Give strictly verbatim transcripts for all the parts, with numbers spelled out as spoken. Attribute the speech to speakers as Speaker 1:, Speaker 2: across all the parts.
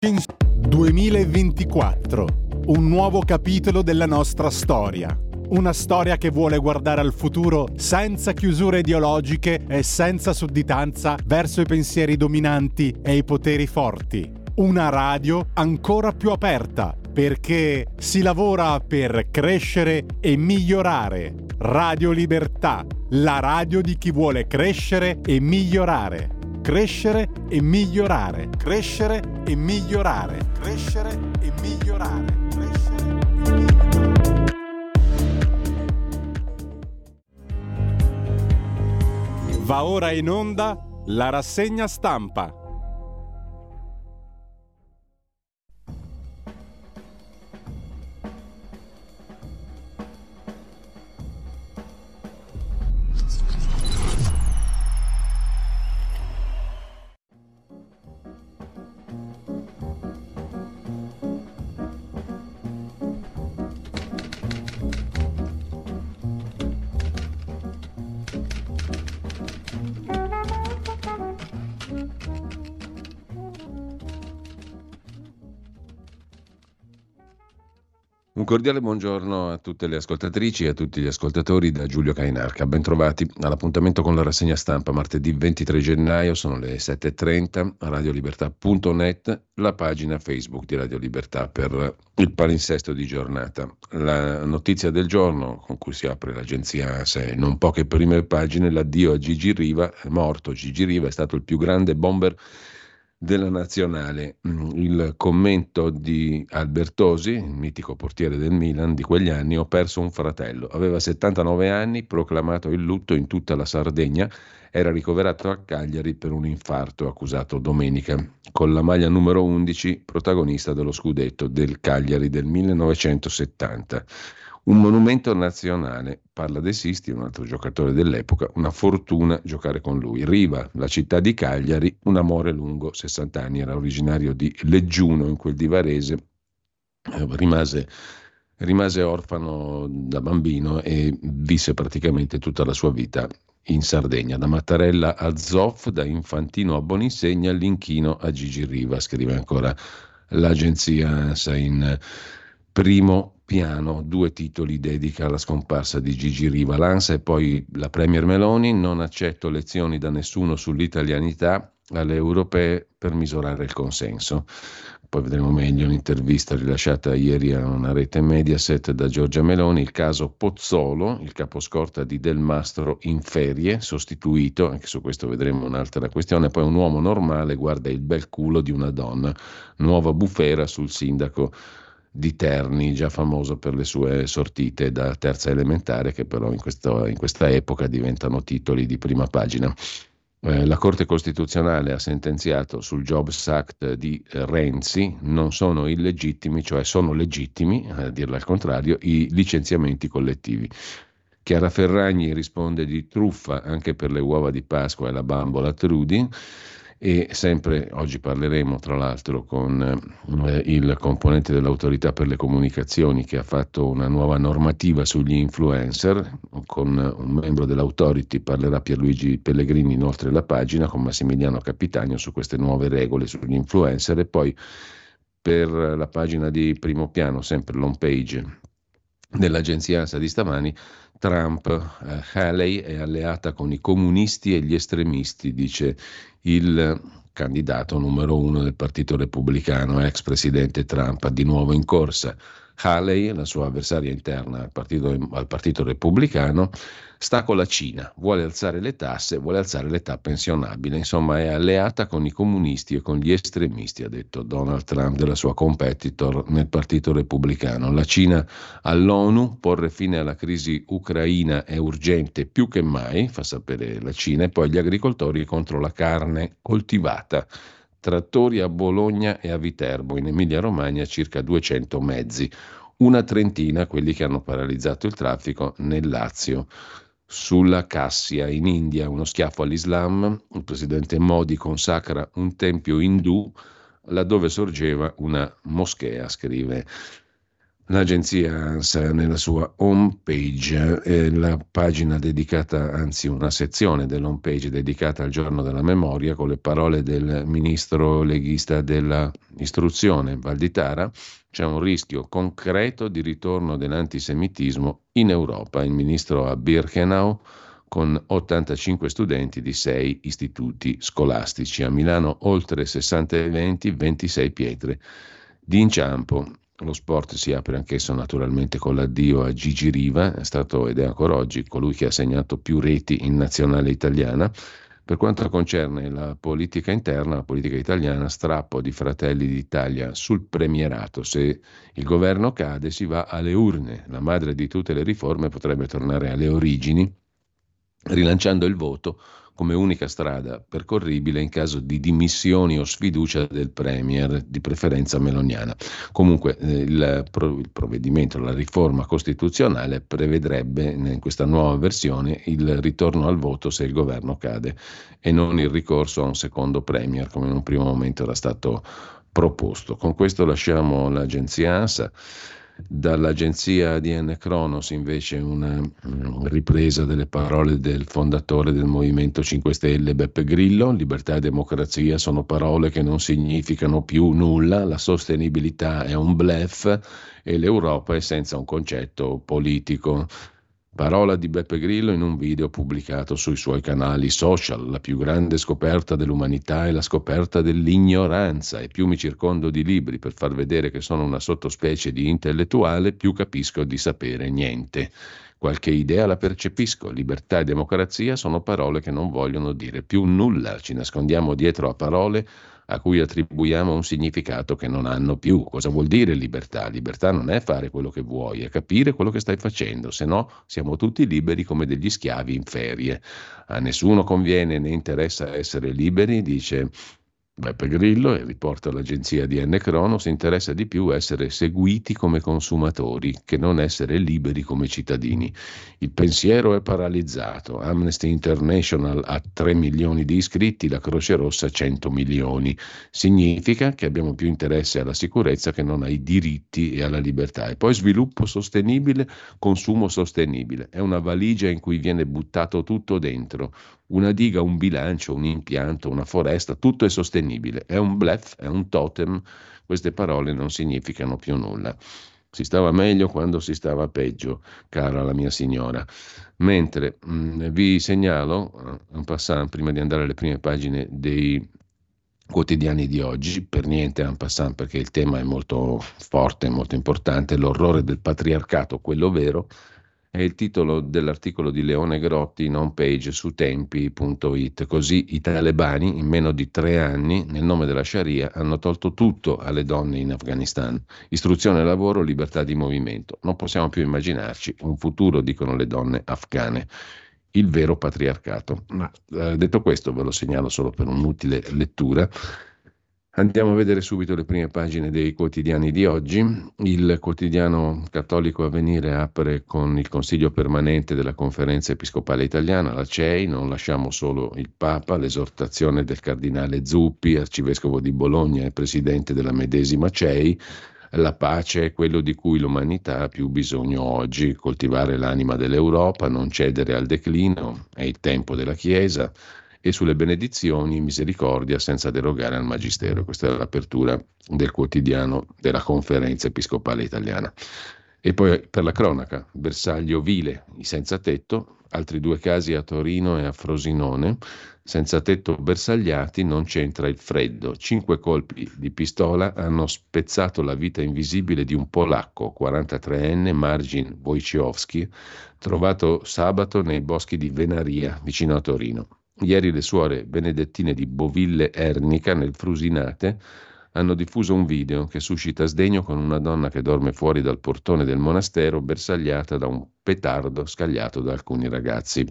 Speaker 1: duemilaventiquattro, un nuovo capitolo della nostra storia. Una storia che vuole guardare al futuro senza chiusure ideologiche e senza sudditanza verso i pensieri dominanti e i poteri forti. Una radio ancora più aperta, perché si lavora per crescere e migliorare. Radio Libertà, la radio di chi vuole crescere e migliorare. Crescere e migliorare, crescere e migliorare, crescere e migliorare, crescere e migliorare. Va ora in onda la rassegna stampa.
Speaker 2: Un cordiale buongiorno a tutte le ascoltatrici e a tutti gli ascoltatori da Giulio Cainarca. Bentrovati all'appuntamento con la rassegna stampa martedì ventitré gennaio, sono le sette e trenta, a radiolibertà punto net, la pagina Facebook di Radio Libertà per il palinsesto di giornata. La notizia del giorno con cui si apre l'agenzia ANSA è non poche prime pagine, l'addio a Gigi Riva, è morto Gigi Riva, è stato il più grande bomber della nazionale. Il commento di Albertosi, il mitico portiere del Milan di quegli anni: ho perso un fratello, aveva settantanove anni, proclamato il lutto in tutta la Sardegna, era ricoverato a Cagliari per un infarto, accusato domenica, con la maglia numero undici, protagonista dello scudetto del Cagliari del millenovecentosettanta. Un monumento nazionale, parla De Sisti, un altro giocatore dell'epoca, una fortuna giocare con lui. Riva, la città di Cagliari, un amore lungo, sessanta anni, era originario di Leggiuno, in quel di Varese, eh, rimase, rimase orfano da bambino e visse praticamente tutta la sua vita in Sardegna, da Mattarella a Zoff, da Infantino a Boninsegna, l'inchino a Gigi Riva, scrive ancora l'agenzia ANSA in primo piano. Due titoli dedica alla scomparsa di Gigi Riva, l'ANSA e poi la Premier Meloni: non accetto lezioni da nessuno sull'italianità, alle europee per misurare il consenso. Poi vedremo meglio un'intervista rilasciata ieri a una rete Mediaset da Giorgia Meloni, il caso Pozzolo, il caposcorta di Del Mastro in ferie, sostituito, anche su questo vedremo un'altra questione. Poi un uomo normale guarda il bel culo di una donna, nuova bufera sul sindaco di Terni, già famoso per le sue sortite da terza elementare, che però in, questo, in questa epoca diventano titoli di prima pagina. Eh, la Corte Costituzionale ha sentenziato sul Jobs Act di Renzi: non sono illegittimi, cioè sono legittimi, a dirla al contrario, i licenziamenti collettivi. Chiara Ferragni risponde di truffa anche per le uova di Pasqua e la bambola Trudy. E sempre oggi parleremo tra l'altro con eh, il componente dell'Autorità per le Comunicazioni, che ha fatto una nuova normativa sugli influencer. Con un membro dell'Authority parlerà Pierluigi Pellegrini, inoltre la pagina, con Massimiliano Capitanio, su queste nuove regole sugli influencer. E poi per la pagina di primo piano, sempre l'home page dell'agenzia ANSA di stamani, Trump, eh, Haley è alleata con i comunisti e gli estremisti, dice il candidato numero uno del Partito Repubblicano, ex presidente Trump, di nuovo in corsa. Haley, la sua avversaria interna al partito, al partito Repubblicano, sta con la Cina, vuole alzare le tasse, vuole alzare l'età pensionabile, insomma è alleata con i comunisti e con gli estremisti, ha detto Donald Trump della sua competitor nel Partito Repubblicano. La Cina all'ONU: porre fine alla crisi ucraina è urgente più che mai, fa sapere la Cina. E poi gli agricoltori contro la carne coltivata. Trattori a Bologna e a Viterbo, in Emilia-Romagna circa duecento mezzi, una trentina quelli che hanno paralizzato il traffico nel Lazio. Sulla Cassia, in India, uno schiaffo all'Islam: il presidente Modi consacra un tempio indù laddove sorgeva una moschea, scrive L'agenzia ANSA nella sua home page, eh, la pagina dedicata, anzi una sezione dell'home page dedicata al giorno della memoria, con le parole del ministro leghista dell'istruzione Valditara: c'è un rischio concreto di ritorno dell'antisemitismo in Europa. Il ministro a Birkenau con ottantacinque studenti di sei istituti scolastici. A Milano oltre sessanta eventi, ventisei pietre di inciampo. Lo sport si apre anch'esso naturalmente con l'addio a Gigi Riva, è stato ed è ancora oggi colui che ha segnato più reti in nazionale italiana. Per quanto concerne la politica interna, la politica italiana, strappo di Fratelli d'Italia sul premierato. Se il governo cade si va alle urne. La madre di tutte le riforme potrebbe tornare alle origini, rilanciando il voto come unica strada percorribile in caso di dimissioni o sfiducia del premier, di preferenza meloniana. Comunque eh, il, pro, il provvedimento, la riforma costituzionale prevedrebbe in questa nuova versione il ritorno al voto se il governo cade e non il ricorso a un secondo premier come in un primo momento era stato proposto. Con questo lasciamo l'agenzia ANSA. Dall'agenzia A D N Cronos invece una ripresa delle parole del fondatore del Movimento cinque Stelle Beppe Grillo: libertà e democrazia sono parole che non significano più nulla, la sostenibilità è un bluff e l'Europa è senza un concetto politico. Parola di Beppe Grillo in un video pubblicato sui suoi canali social. La più grande scoperta dell'umanità è la scoperta dell'ignoranza, e più mi circondo di libri per far vedere che sono una sottospecie di intellettuale, più capisco di sapere niente. Qualche idea la percepisco. Libertà e democrazia sono parole che non vogliono dire più nulla. Ci nascondiamo dietro a parole a cui attribuiamo un significato che non hanno più. Cosa vuol dire libertà? Libertà non è fare quello che vuoi, è capire quello che stai facendo, se no siamo tutti liberi come degli schiavi in ferie. A nessuno conviene né interessa essere liberi, dice Beppe Grillo, e riporta l'agenzia A D N Cronos, interessa di più essere seguiti come consumatori che non essere liberi come cittadini. Il pensiero è paralizzato. Amnesty International ha tre milioni di iscritti, la Croce Rossa cento milioni. Significa che abbiamo più interesse alla sicurezza che non ai diritti e alla libertà. E poi sviluppo sostenibile, consumo sostenibile. È una valigia in cui viene buttato tutto dentro. Una diga, un bilancio, un impianto, una foresta, tutto è sostenibile. È un bluff, è un totem. Queste parole non significano più nulla. Si stava meglio quando si stava peggio, cara la mia signora. Mentre mh, vi segnalo, en passant, prima di andare alle prime pagine dei quotidiani di oggi, per niente en passant perché il tema è molto forte, molto importante, l'orrore del patriarcato, quello vero, è il titolo dell'articolo di Leone Grotti in home page su tempi punto it. Così i talebani in meno di tre anni, nel nome della Sharia, hanno tolto tutto alle donne in Afghanistan: istruzione, lavoro, libertà di movimento. Non possiamo più immaginarci un futuro, dicono le donne afghane. Il vero patriarcato. Ma eh, detto questo, ve lo segnalo solo per un'utile lettura. Andiamo a vedere subito le prime pagine dei quotidiani di oggi. Il quotidiano cattolico Avvenire apre con il Consiglio permanente della Conferenza Episcopale Italiana, la C E I, non lasciamo solo il Papa, l'esortazione del cardinale Zuppi, arcivescovo di Bologna e presidente della medesima C E I. La pace è quello di cui l'umanità ha più bisogno oggi, coltivare l'anima dell'Europa, non cedere al declino, è il tempo della Chiesa. E sulle benedizioni, misericordia senza derogare al magistero. Questa è l'apertura del quotidiano della Conferenza Episcopale Italiana. E poi per la cronaca, bersaglio vile, i senza tetto, altri due casi a Torino e a Frosinone, senza tetto bersagliati, non c'entra il freddo. Cinque colpi di pistola hanno spezzato la vita invisibile di un polacco, quarantatreenne, Marcin Wojciechowski, trovato sabato nei boschi di Venaria, vicino a Torino. Ieri le suore benedettine di Boville Ernica, nel Frusinate, hanno diffuso un video che suscita sdegno con una donna che dorme fuori dal portone del monastero, bersagliata da un petardo scagliato da alcuni ragazzi.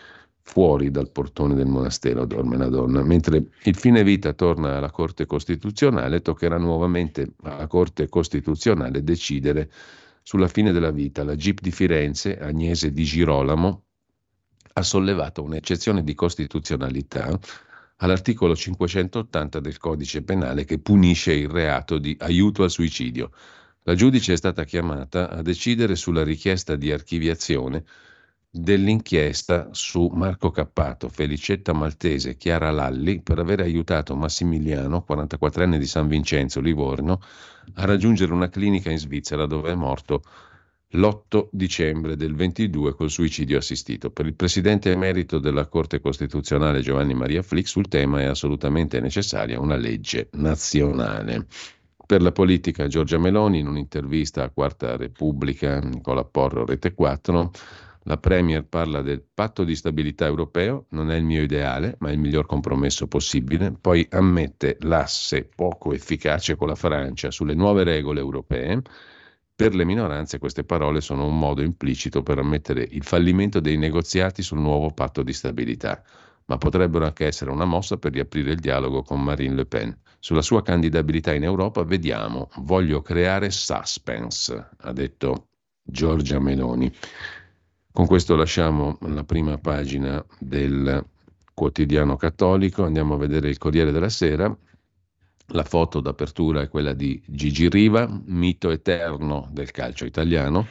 Speaker 2: Fuori dal portone del monastero dorme la donna. Mentre il fine vita torna alla Corte Costituzionale, toccherà nuovamente alla Corte Costituzionale decidere sulla fine della vita. La G I P di Firenze, Agnese Di Girolamo, ha sollevato un'eccezione di costituzionalità all'articolo cinquecentottanta del Codice Penale che punisce il reato di aiuto al suicidio. La giudice è stata chiamata a decidere sulla richiesta di archiviazione dell'inchiesta su Marco Cappato, Felicetta Maltese e Chiara Lalli per aver aiutato Massimiliano, quarantaquattrenne di San Vincenzo, Livorno, a raggiungere una clinica in Svizzera dove è morto l'otto dicembre del ventidue col suicidio assistito. Per il presidente emerito della Corte Costituzionale Giovanni Maria Flick sul tema è assolutamente necessaria una legge nazionale. Per la politica Giorgia Meloni, in un'intervista a Quarta Repubblica, Nicola Porro, Rete quattro, la Premier parla del patto di stabilità europeo, non è il mio ideale, ma è il miglior compromesso possibile. Poi ammette l'asse poco efficace con la Francia sulle nuove regole europee. Per le minoranze queste parole sono un modo implicito per ammettere il fallimento dei negoziati sul nuovo patto di stabilità, ma potrebbero anche essere una mossa per riaprire il dialogo con Marine Le Pen. Sulla sua candidabilità in Europa vediamo, voglio creare suspense, ha detto Giorgia Meloni. Con questo lasciamo la prima pagina del quotidiano cattolico, andiamo a vedere il Corriere della Sera. La foto d'apertura è quella di Gigi Riva, mito eterno del calcio italiano,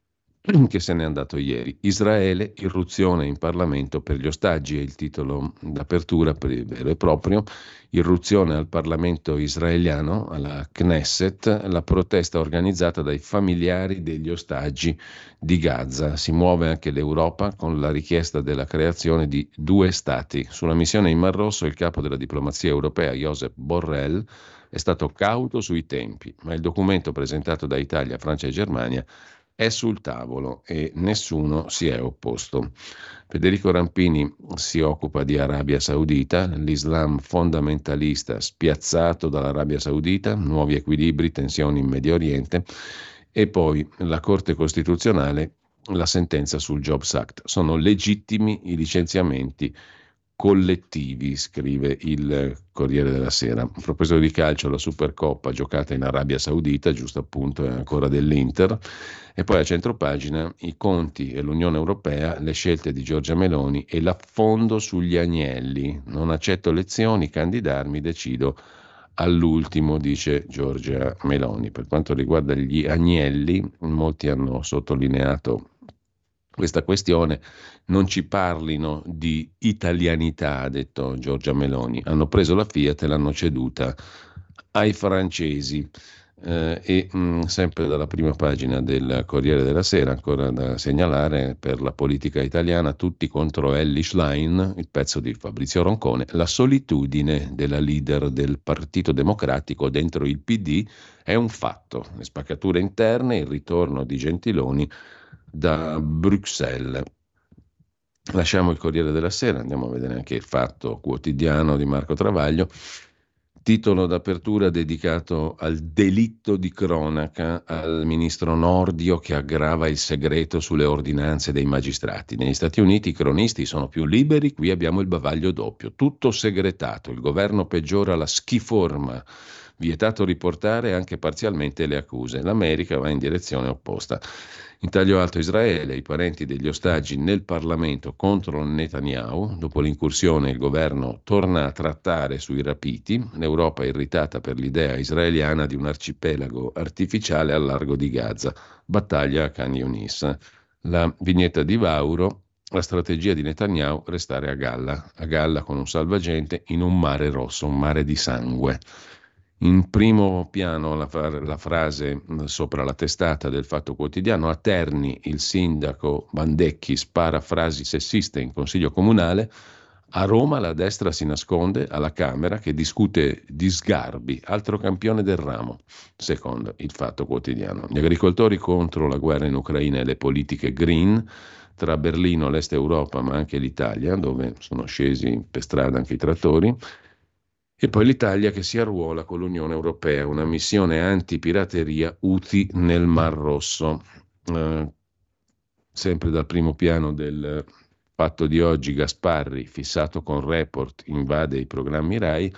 Speaker 2: che se n'è andato ieri. Israele, irruzione in Parlamento per gli ostaggi, è il titolo d'apertura per il vero e proprio. Irruzione al Parlamento israeliano, alla Knesset, la protesta organizzata dai familiari degli ostaggi di Gaza. Si muove anche l'Europa con la richiesta della creazione di due stati. Sulla missione in Mar Rosso il capo della diplomazia europea, Josep Borrell, è stato cauto sui tempi, ma il documento presentato da Italia, Francia e Germania è sul tavolo e nessuno si è opposto. Federico Rampini si occupa di Arabia Saudita, l'Islam fondamentalista spiazzato dall'Arabia Saudita, nuovi equilibri, tensioni in Medio Oriente e poi la Corte Costituzionale, la sentenza sul Jobs Act. Sono legittimi i licenziamenti collettivi, scrive il Corriere della Sera. A proposito di calcio, la Supercoppa giocata in Arabia Saudita, giusto appunto, è ancora dell'Inter. E poi a centropagina i conti e l'Unione Europea, le scelte di Giorgia Meloni e l'affondo sugli agnelli. Non accetto lezioni, candidarmi, decido all'ultimo, dice Giorgia Meloni. Per quanto riguarda gli agnelli, molti hanno sottolineato questa questione, non ci parlino di italianità, ha detto Giorgia Meloni. Hanno preso la Fiat e l'hanno ceduta ai francesi. Eh, e mh, sempre dalla prima pagina del Corriere della Sera, ancora da segnalare per la politica italiana, tutti contro Elly Schlein, il pezzo di Fabrizio Roncone, la solitudine della leader del Partito Democratico dentro il P D è un fatto, le spaccature interne, il ritorno di Gentiloni da Bruxelles. Lasciamo il Corriere della Sera, andiamo a vedere anche il Fatto Quotidiano di Marco Travaglio. Titolo d'apertura dedicato al delitto di cronaca, al ministro Nordio che aggrava il segreto sulle ordinanze dei magistrati. Negli Stati Uniti i cronisti sono più liberi, qui abbiamo il bavaglio doppio, tutto segretato, il governo peggiora la schiforma, vietato riportare anche parzialmente le accuse. L'America va in direzione opposta. In taglio alto Israele, i parenti degli ostaggi nel Parlamento contro Netanyahu. Dopo l'incursione il governo torna a trattare sui rapiti. L'Europa è irritata per l'idea israeliana di un arcipelago artificiale al largo di Gaza. Battaglia a Khan Yunis. La vignetta di Vauro, la strategia di Netanyahu, restare a galla. A galla con un salvagente in un mare rosso, un mare di sangue. In primo piano la, la frase sopra la testata del Fatto Quotidiano: a Terni il sindaco Bandecchi spara frasi sessiste in consiglio comunale, a Roma la destra si nasconde alla Camera che discute di Sgarbi, altro campione del ramo, secondo il Fatto Quotidiano. Gli agricoltori contro la guerra in Ucraina e le politiche green, tra Berlino, l'Est Europa ma anche l'Italia, dove sono scesi per strada anche i trattori. E poi l'Italia che si arruola con l'Unione Europea, una missione antipirateria Houthi nel Mar Rosso. Eh, sempre dal primo piano del Fatto di oggi, Gasparri, fissato con Report, invade i programmi RAI.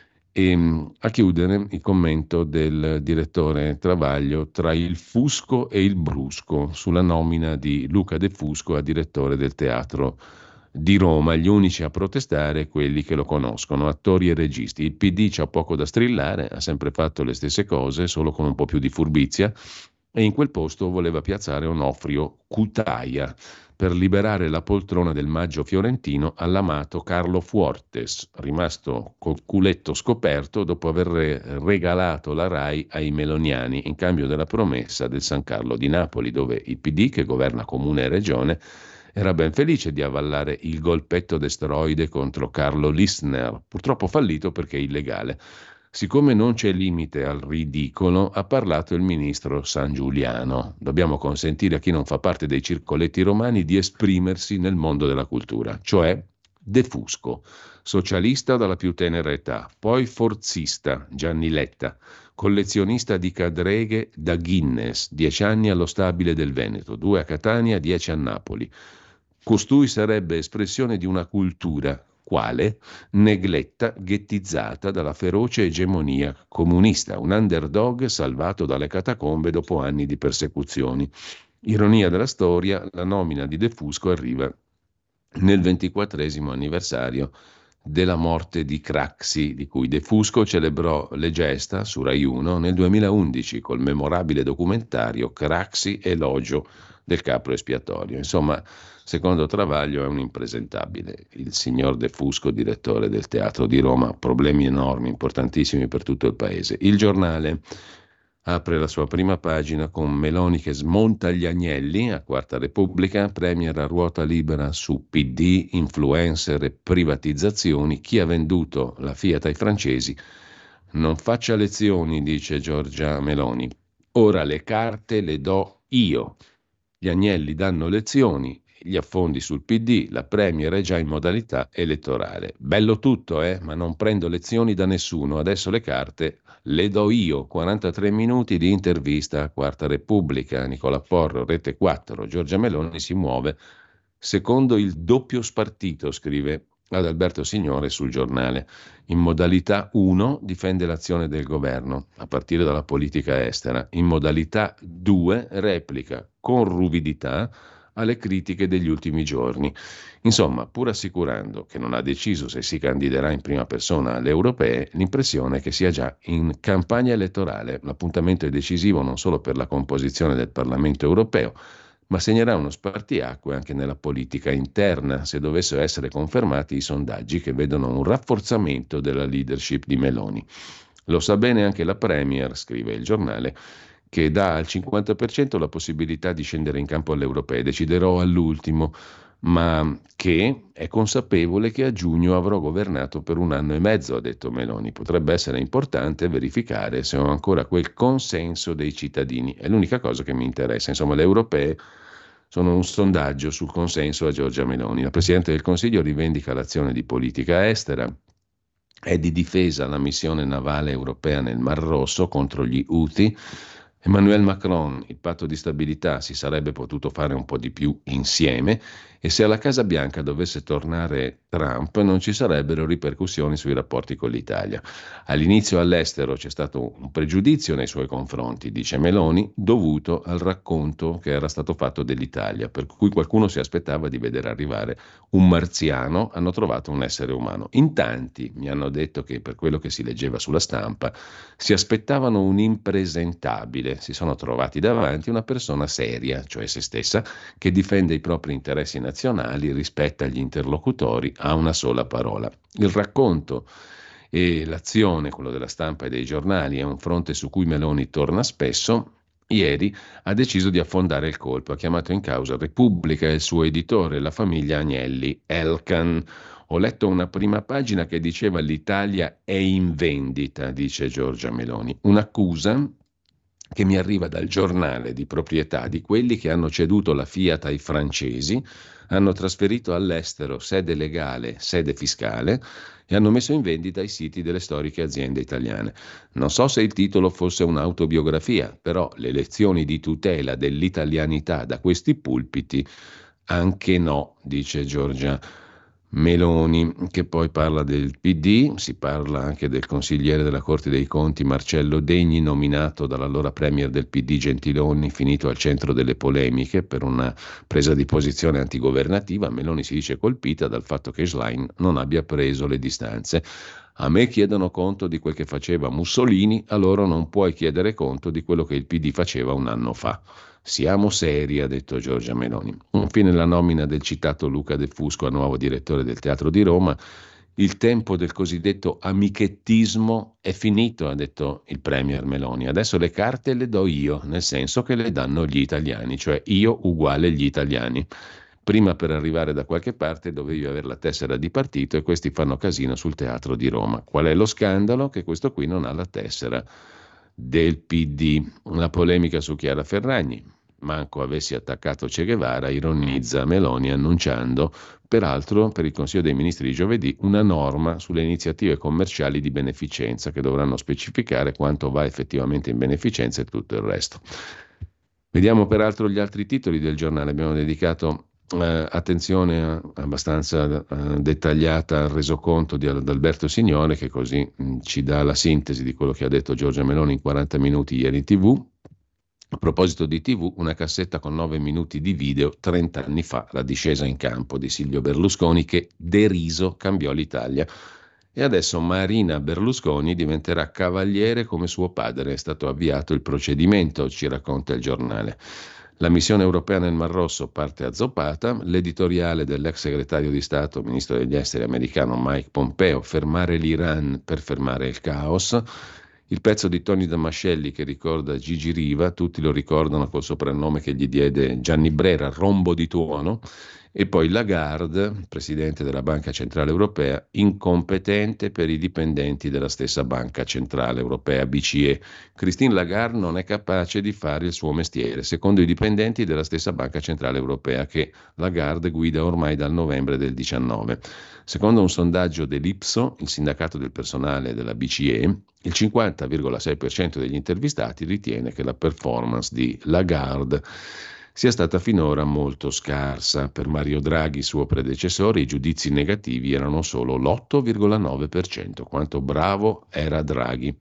Speaker 2: E a chiudere il commento del direttore Travaglio tra il fusco e il brusco sulla nomina di Luca De Fusco a direttore del Teatro di Roma, gli unici a protestare quelli che lo conoscono, attori e registi. Il P D c'ha poco da strillare, ha sempre fatto le stesse cose, solo con un po' più di furbizia, e in quel posto voleva piazzare Onofrio Cutaia per liberare la poltrona del Maggio fiorentino all'amato Carlo Fuortes, rimasto col culetto scoperto dopo aver regalato la Rai ai meloniani in cambio della promessa del San Carlo di Napoli, dove il P D, che governa comune e regione, era ben felice di avvallare il golpetto d'esteroide contro Carlo Listner, purtroppo fallito perché illegale. Siccome non c'è limite al ridicolo, ha parlato il ministro San Giuliano. Dobbiamo consentire a chi non fa parte dei circoletti romani di esprimersi nel mondo della cultura, cioè De Fusco, socialista dalla più tenera età, poi forzista Gianni Letta, collezionista di cadreghe da Guinness, dieci anni allo Stabile del Veneto, due a Catania, dieci a Napoli. Costui sarebbe espressione di una cultura, quale? Negletta, ghettizzata dalla feroce egemonia comunista, un underdog salvato dalle catacombe dopo anni di persecuzioni. Ironia della storia, la nomina di De Fusco arriva nel ventiquattresimo anniversario della morte di Craxi, di cui De Fusco celebrò le gesta su Rai uno nel duemilaundici col memorabile documentario Craxi elogio del capro espiatorio. Insomma, secondo Travaglio è un impresentabile. Il signor De Fusco, direttore del Teatro di Roma, problemi enormi, importantissimi per tutto il paese. Il Giornale apre la sua prima pagina con Meloni che smonta gli agnelli a Quarta Repubblica, premier a ruota libera su P D, influencer e privatizzazioni, chi ha venduto la Fiat ai francesi. Non faccia lezioni, dice Giorgia Meloni. Ora le carte le do io. Gli agnelli danno lezioni, gli affondi sul P D, la premier è già in modalità elettorale. Bello tutto, eh, ma non prendo lezioni da nessuno, adesso le carte le do io. quarantatré minuti di intervista a Quarta Repubblica, Nicola Porro, Rete quattro, Giorgia Meloni si muove secondo il doppio spartito, scrive ad Alberto Signore sul Giornale. In modalità uno difende l'azione del governo, a partire dalla politica estera. In modalità due replica con ruvidità alle critiche degli ultimi giorni. Insomma, pur assicurando che non ha deciso se si candiderà in prima persona alle europee, l'impressione è che sia già in campagna elettorale. L'appuntamento è decisivo non solo per la composizione del Parlamento europeo, ma segnerà uno spartiacque anche nella politica interna, se dovessero essere confermati i sondaggi che vedono un rafforzamento della leadership di Meloni. Lo sa bene anche la Premier, scrive il Giornale, che dà al cinquanta per cento la possibilità di scendere in campo alle europee. Deciderò all'ultimo, ma che è consapevole che a giugno avrò governato per un anno e mezzo, ha detto Meloni. Potrebbe essere importante verificare se ho ancora quel consenso dei cittadini. È l'unica cosa che mi interessa. Insomma, le europee sono un sondaggio sul consenso a Giorgia Meloni. La Presidente del Consiglio rivendica l'azione di politica estera, è di difesa alla missione navale europea nel Mar Rosso contro gli Houthi. Emmanuel Macron, il patto di stabilità si sarebbe potuto fare un po' di più insieme, e se alla Casa Bianca dovesse tornare Trump non ci sarebbero ripercussioni sui rapporti con l'Italia. All'inizio all'estero c'è stato un pregiudizio nei suoi confronti, dice Meloni, dovuto al racconto che era stato fatto dell'Italia, per cui qualcuno si aspettava di vedere arrivare un marziano, hanno trovato un essere umano. In tanti mi hanno detto che, per quello che si leggeva sulla stampa, si aspettavano un impresentabile, si sono trovati davanti una persona seria, cioè se stessa, che difende i propri interessi nazionali, rispetta gli interlocutori, ha una sola parola. Il racconto e l'azione, quello della stampa e dei giornali, è un fronte su cui Meloni torna spesso. Ieri ha deciso di affondare il colpo, ha chiamato in causa Repubblica e il suo editore, la famiglia Agnelli, Elkan. Ho letto una prima pagina che diceva l'Italia è in vendita, dice Giorgia Meloni. Un'accusa che mi arriva dal giornale di proprietà di quelli che hanno ceduto la Fiat ai francesi, hanno trasferito all'estero sede legale, sede fiscale e hanno messo in vendita i siti delle storiche aziende italiane. Non so se il titolo fosse un'autobiografia, però le lezioni di tutela dell'italianità da questi pulpiti anche no, dice Giorgia Meloni, che poi parla del P D, si parla anche del consigliere della Corte dei Conti Marcello Degni, nominato dall'allora premier del P D Gentiloni, finito al centro delle polemiche per una presa di posizione antigovernativa. Meloni si dice colpita dal fatto che Schlein non abbia preso le distanze. A me chiedono conto di quel che faceva Mussolini, a loro non puoi chiedere conto di quello che il P D faceva un anno fa. Siamo seri, ha detto Giorgia Meloni. Infine la nomina del citato Luca De Fusco a nuovo direttore del Teatro di Roma. Il tempo del cosiddetto amichettismo è finito, ha detto il premier Meloni. Adesso le carte le do io, nel senso che le danno gli italiani, cioè io uguale gli italiani. Prima per arrivare da qualche parte dovevi avere la tessera di partito e questi fanno casino sul Teatro di Roma. Qual è lo scandalo? Che questo qui non ha la tessera del P D. Una polemica su Chiara Ferragni. Manco avessi attaccato Che Guevara, ironizza Meloni annunciando, peraltro per il Consiglio dei Ministri di giovedì, una norma sulle iniziative commerciali di beneficenza che dovranno specificare quanto va effettivamente in beneficenza e tutto il resto. Vediamo peraltro gli altri titoli del giornale. Abbiamo dedicato eh, attenzione abbastanza eh, dettagliata al resoconto di Alberto Signore, che così mh, ci dà la sintesi di quello che ha detto Giorgia Meloni in quaranta minuti ieri in tivù. A proposito di tivù, una cassetta con nove minuti di video, trenta anni fa, la discesa in campo di Silvio Berlusconi che, deriso, cambiò l'Italia. E adesso Marina Berlusconi diventerà cavaliere come suo padre. È stato avviato il procedimento, ci racconta il giornale. La missione europea nel Mar Rosso parte azzoppata. L'editoriale dell'ex segretario di Stato, ministro degli esteri americano Mike Pompeo, fermare l'Iran per fermare il caos. Il pezzo di Tony Damascelli che ricorda Gigi Riva, tutti lo ricordano col soprannome che gli diede Gianni Brera, Rombo di Tuono. E poi Lagarde, presidente della Banca Centrale Europea, incompetente per i dipendenti della stessa Banca Centrale Europea, B C E. Christine Lagarde non è capace di fare il suo mestiere, secondo i dipendenti della stessa Banca Centrale Europea, che Lagarde guida ormai dal novembre del diciannove. Secondo un sondaggio dell'Ipso, il sindacato del personale della B C E, il cinquanta virgola sei per cento degli intervistati ritiene che la performance di Lagarde sia stata finora molto scarsa. Per Mario Draghi, suo predecessore, i giudizi negativi erano solo l'otto virgola nove per cento. Quanto bravo era Draghi.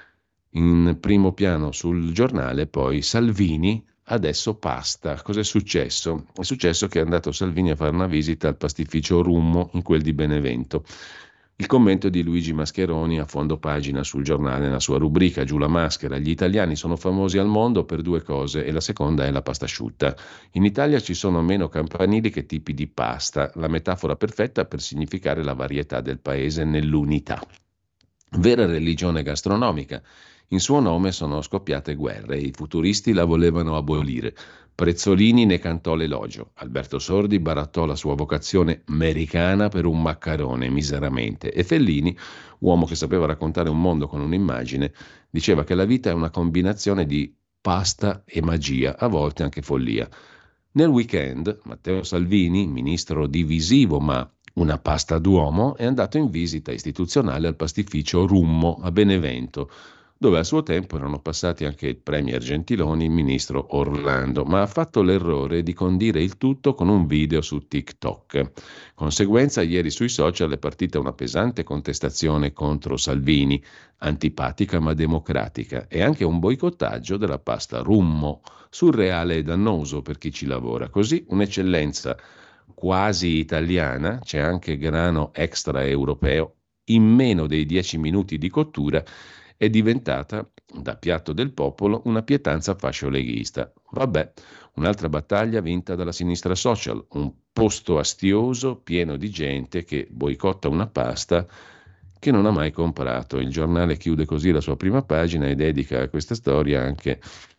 Speaker 2: In primo piano sul giornale poi Salvini, adesso pasta. Cos'è successo? È successo che è andato Salvini a fare una visita al pastifficio Rummo, in quel di Benevento. Il commento di Luigi Mascheroni a fondo pagina sul giornale nella sua rubrica Giù la maschera. Gli italiani sono famosi al mondo per due cose e la seconda è la pasta asciutta. In Italia ci sono meno campanili che tipi di pasta, la metafora perfetta per significare la varietà del paese nell'unità. Vera religione gastronomica. In suo nome sono scoppiate guerre e i futuristi la volevano abolire. Prezzolini ne cantò l'elogio. Alberto Sordi barattò la sua vocazione americana per un maccarone, miseramente. E Fellini, uomo che sapeva raccontare un mondo con un'immagine, diceva che la vita è una combinazione di pasta e magia, a volte anche follia. Nel weekend, Matteo Salvini, ministro divisivo ma una pasta d'uomo, è andato in visita istituzionale al pastifficio Rummo a Benevento, dove a suo tempo erano passati anche il premier Gentiloni e il ministro Orlando, ma ha fatto l'errore di condire il tutto con un video su TikTok. Conseguenza, ieri sui social è partita una pesante contestazione contro Salvini, antipatica ma democratica, e anche un boicottaggio della pasta Rummo, surreale e dannoso per chi ci lavora. Così un'eccellenza quasi italiana, c'è anche grano extraeuropeo, in meno dei dieci minuti di cottura è diventata, da piatto del popolo, una pietanza fascioleghista. Vabbè, un'altra battaglia vinta dalla sinistra social, un posto astioso pieno di gente che boicotta una pasta che non ha mai comprato. Il giornale chiude così la sua prima pagina e dedica a questa storia anche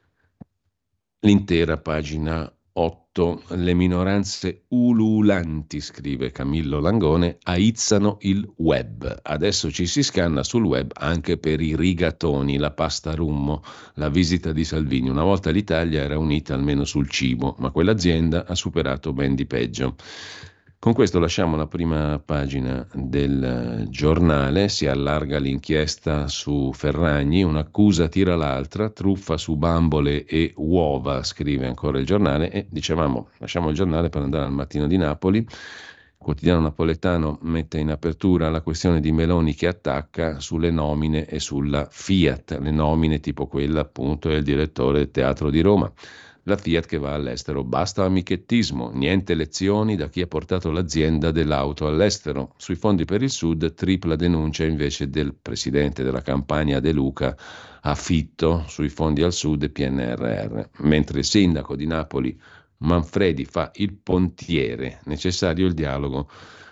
Speaker 2: l'intera pagina otto. Le minoranze ululanti, scrive Camillo Langone, aizzano il web. Adesso ci si scanna sul web anche per i rigatoni, la pasta Rummo, la visita di Salvini. Una volta l'Italia era unita almeno sul cibo, ma quell'azienda ha superato ben di peggio. Con questo lasciamo la prima pagina del giornale, si allarga l'inchiesta su Ferragni, un'accusa tira l'altra, truffa su bambole e uova, scrive ancora il giornale, e dicevamo, lasciamo il giornale per andare al Mattino di Napoli, Quotidiano Napoletano mette in apertura la questione di Meloni che attacca sulle nomine e sulla Fiat, le nomine tipo quella appunto del direttore del Teatro di Roma. La Fiat che va all'estero, basta amichettismo, niente lezioni da chi ha portato l'azienda dell'auto all'estero. Sui fondi per il Sud, tripla denuncia invece del presidente della Campania De Luca a Fitto sui fondi al Sud e P N R R, mentre il sindaco di Napoli Manfredi fa il pontiere, necessario il dialogo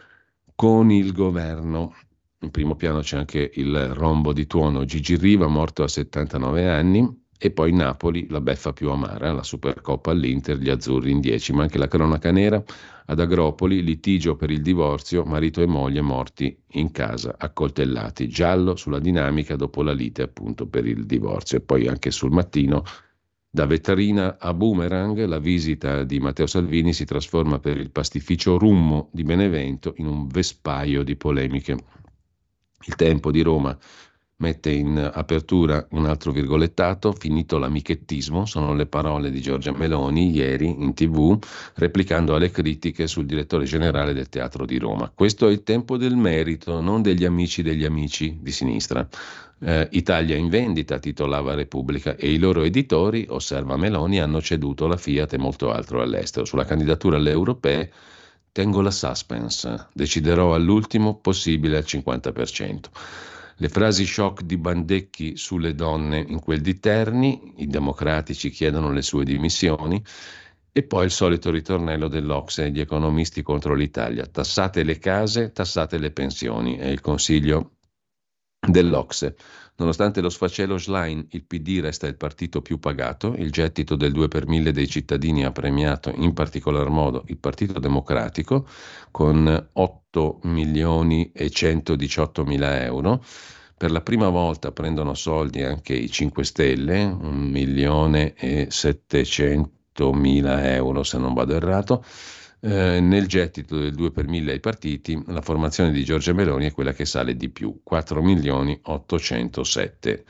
Speaker 2: con il governo. In primo piano c'è anche il rombo di tuono Gigi Riva, morto a settantanove anni, e poi Napoli, la beffa più amara, la Supercoppa all'Inter, gli azzurri in dieci, ma anche la cronaca nera ad Agropoli, litigio per il divorzio, marito e moglie morti in casa, accoltellati, giallo sulla dinamica dopo la lite appunto per il divorzio. E poi anche sul Mattino, da vetrina a boomerang, la visita di Matteo Salvini si trasforma per il pastificio Rummo di Benevento in un vespaio di polemiche. Il Tempo di Roma mette in apertura un altro virgolettato: finito l'amichettismo, sono le parole di Giorgia Meloni ieri in tv, replicando alle critiche sul direttore generale del Teatro di Roma. Questo è il tempo del merito, non degli amici degli amici di sinistra. Eh, Italia in vendita, titolava Repubblica, e i loro editori, osserva Meloni, hanno ceduto la Fiat e molto altro all'estero. Sulla candidatura alle europee tengo la suspense, deciderò all'ultimo possibile al cinquanta per cento. Le frasi shock di Bandecchi sulle donne in quel di Terni, i democratici chiedono le sue dimissioni, e poi il solito ritornello dell'Ocse e gli economisti contro l'Italia: tassate le case, tassate le pensioni, è il consiglio dell'Ocse. Nonostante lo sfacelo Schlein, il P D resta il partito più pagato, il gettito del due per mille dei cittadini ha premiato in particolar modo il Partito Democratico con otto milioni e centodiciotto mila euro. Per la prima volta prendono soldi anche i cinque Stelle, un milione e settecentomila euro se non vado errato. Eh, nel gettito del due per mille ai partiti, la formazione di Giorgia Meloni è quella che sale di più, quattro milioni ottocentosette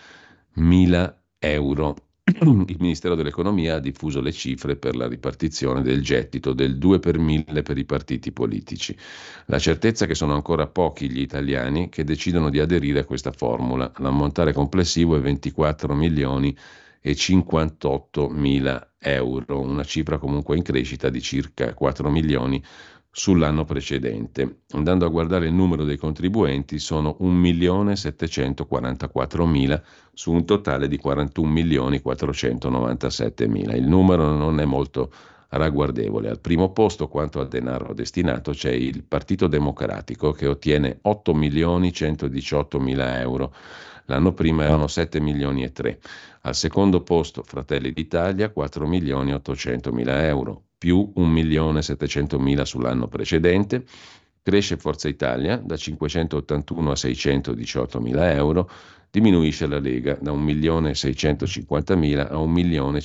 Speaker 2: mila euro. Il Ministero dell'Economia ha diffuso le cifre per la ripartizione del gettito del due per mille per i partiti politici. La certezza è che sono ancora pochi gli italiani che decidono di aderire a questa formula. L'ammontare complessivo è ventiquattro milioni e cinquantotto mila euro, una cifra comunque in crescita di circa quattro milioni sull'anno precedente. Andando a guardare il numero dei contribuenti, sono un milione settecentoquarantaquattromila su un totale di quarantuno milioni quattrocentonovantasette mila. Il numero non è molto ragguardevole. Al primo posto, quanto al denaro destinato, c'è il Partito Democratico che ottiene otto milioni centodiciottomila euro. L'anno prima erano sette milioni e tre. Al secondo posto Fratelli d'Italia, quattro milioni ottocentomila euro, più un milione settecentomila sull'anno precedente. Cresce Forza Italia da cinquecentottantuno a seicentodiciottomila euro, diminuisce la Lega da un milione seicentocinquantamila a un milione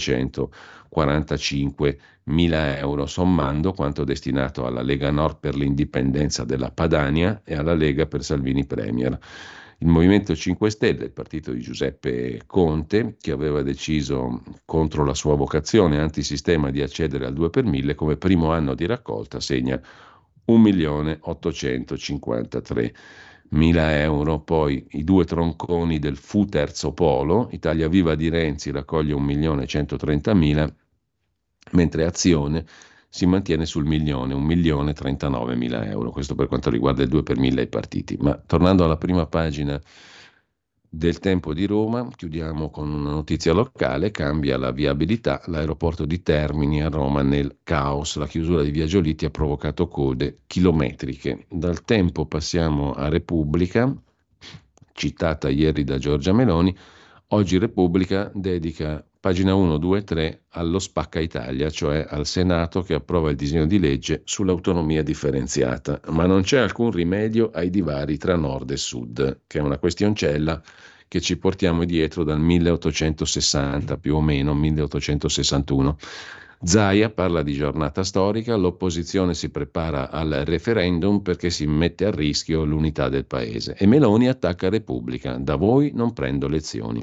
Speaker 2: cinquecentoquarantacinquemila euro, sommando quanto destinato alla Lega Nord per l'indipendenza della Padania e alla Lega per Salvini Premier. Il Movimento cinque Stelle, il partito di Giuseppe Conte, che aveva deciso contro la sua vocazione antisistema di accedere al due per mille, come primo anno di raccolta segna un milione ottocentocinquantatremila euro. Poi i due tronconi del Fu Terzo Polo, Italia Viva di Renzi raccoglie un milione centotrentamila, mentre Azione si mantiene sul milione, un milione trentanovemila euro. Questo per quanto riguarda il due per mille ai partiti. Ma tornando alla prima pagina del Tempo di Roma, chiudiamo con una notizia locale: cambia la viabilità, l'aeroporto di Termini a Roma nel caos, la chiusura di Via Giolitti ha provocato code chilometriche. Dal Tempo passiamo a Repubblica, citata ieri da Giorgia Meloni. Oggi Repubblica dedica pagina uno, due e tre allo Spacca Italia, cioè al Senato che approva il disegno di legge sull'autonomia differenziata, ma non c'è alcun rimedio ai divari tra nord e sud, che è una questioncella che ci portiamo dietro dal milleottocentosessanta, più o meno milleottocentosessantuno. Zaia parla di giornata storica, l'opposizione si prepara al referendum perché si mette a rischio l'unità del paese, e Meloni attacca Repubblica: da voi non prendo lezioni.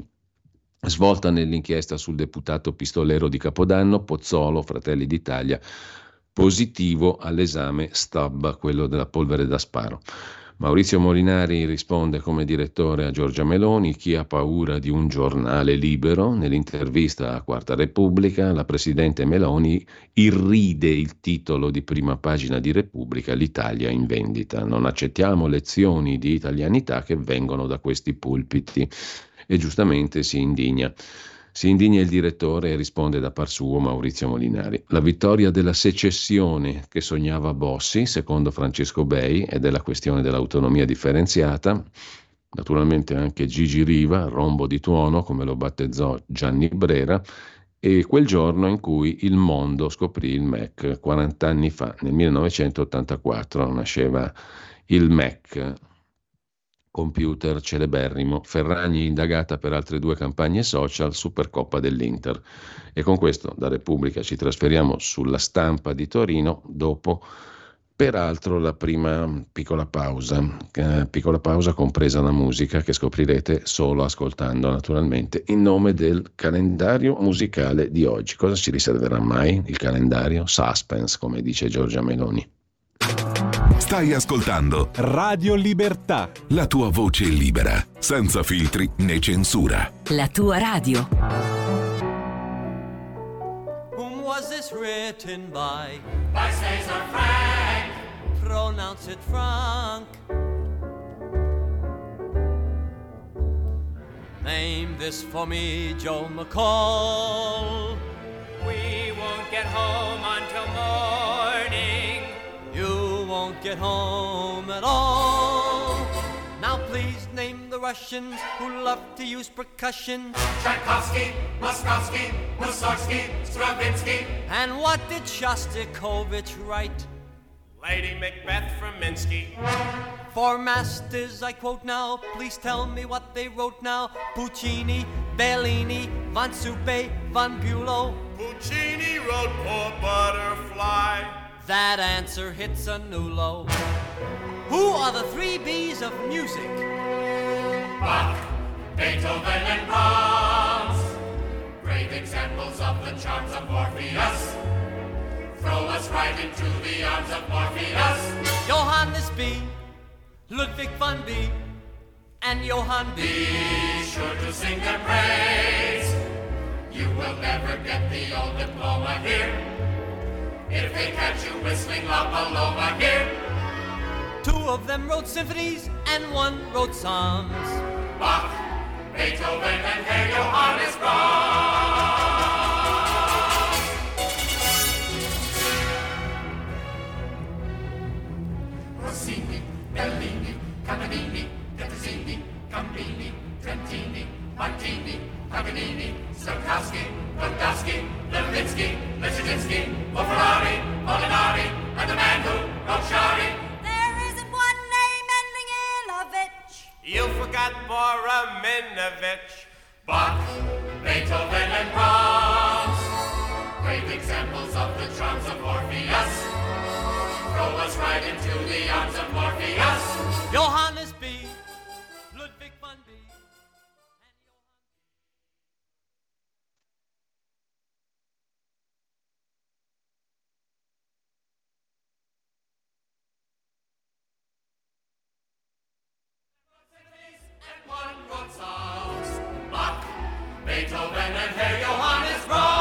Speaker 2: Svolta nell'inchiesta sul deputato pistolero di Capodanno, Pozzolo, Fratelli d'Italia, positivo all'esame Stab, quello della polvere da sparo. Maurizio Molinari risponde come direttore a Giorgia Meloni: chi ha paura di un giornale libero? Nell'intervista a Quarta Repubblica la presidente Meloni irride il titolo di prima pagina di Repubblica: l'Italia in vendita. Non accettiamo lezioni di italianità che vengono da questi pulpiti. E giustamente si indigna. Si indigna il direttore e risponde da par suo Maurizio Molinari. La vittoria della secessione che sognava Bossi, secondo Francesco Bei, e della questione dell'autonomia differenziata. Naturalmente anche Gigi Riva, rombo di tuono, come lo battezzò Gianni Brera, e quel giorno in cui il mondo scoprì il Mac. quaranta anni fa, nel millenovecentottantaquattro, nasceva il Mac, computer celeberrimo. Ferragni indagata per altre due campagne social, Supercoppa dell'Inter. E con questo da Repubblica ci trasferiamo sulla Stampa di Torino, dopo peraltro la prima piccola pausa, eh, piccola pausa compresa la musica che scoprirete solo ascoltando, naturalmente, in nome del calendario musicale di oggi. Cosa ci riserverà mai il calendario? Suspense, come dice Giorgia Meloni.
Speaker 3: Stai ascoltando
Speaker 1: Radio Libertà,
Speaker 3: la tua voce libera, senza filtri né censura.
Speaker 4: La tua radio.
Speaker 5: Whom was this written by?
Speaker 6: By Caesar Frank.
Speaker 5: Pronounce it Frank. Name this for me, Joe McCall.
Speaker 6: We won't get home until morning.
Speaker 5: You won't get home at all. Now please name the Russians who love to use percussion.
Speaker 6: Tchaikovsky, Moskovsky, Mussorgsky, Stravinsky.
Speaker 5: And what did Shostakovich write?
Speaker 6: Lady Macbeth from Minsky.
Speaker 5: For masters, I quote now, please tell me what they wrote now. Puccini, Bellini, Von Supe, Von Bulow.
Speaker 6: Puccini wrote Poor Butterfly.
Speaker 5: That answer hits a new low. Who are the three B's of music?
Speaker 6: Bach, Beethoven and Brahms. Great examples of the charms of Orpheus. Throw us right into the arms of Orpheus.
Speaker 5: Johannes B, Ludwig van Beek, and Johann B.
Speaker 6: Be sure to sing their praise. You will never get the old diploma here. If they catch you whistling La Paloma here.
Speaker 5: Two of them wrote symphonies and one wrote psalms.
Speaker 6: Bach, Beethoven and Herr Johannes Brahms. Rossini, Bellini, Paganini, Petrosini, Gambini, Trentini, Martini, Paganini, Stokowski, Godowski, Levinsky, Leschetinsky, Ferrari, Molinari, and the man who wrote Shari.
Speaker 7: There isn't one name ending in a vitch.
Speaker 6: You forgot Boraminovich. Bach, Beethoven and Brahms. Great examples of the charms of Orpheus. Throw us right into the arms of Morpheus.
Speaker 5: Johannes B, Ludwig van Beek.
Speaker 6: And one wrote songs. Bach, Beethoven and Herr Johannes Brahms.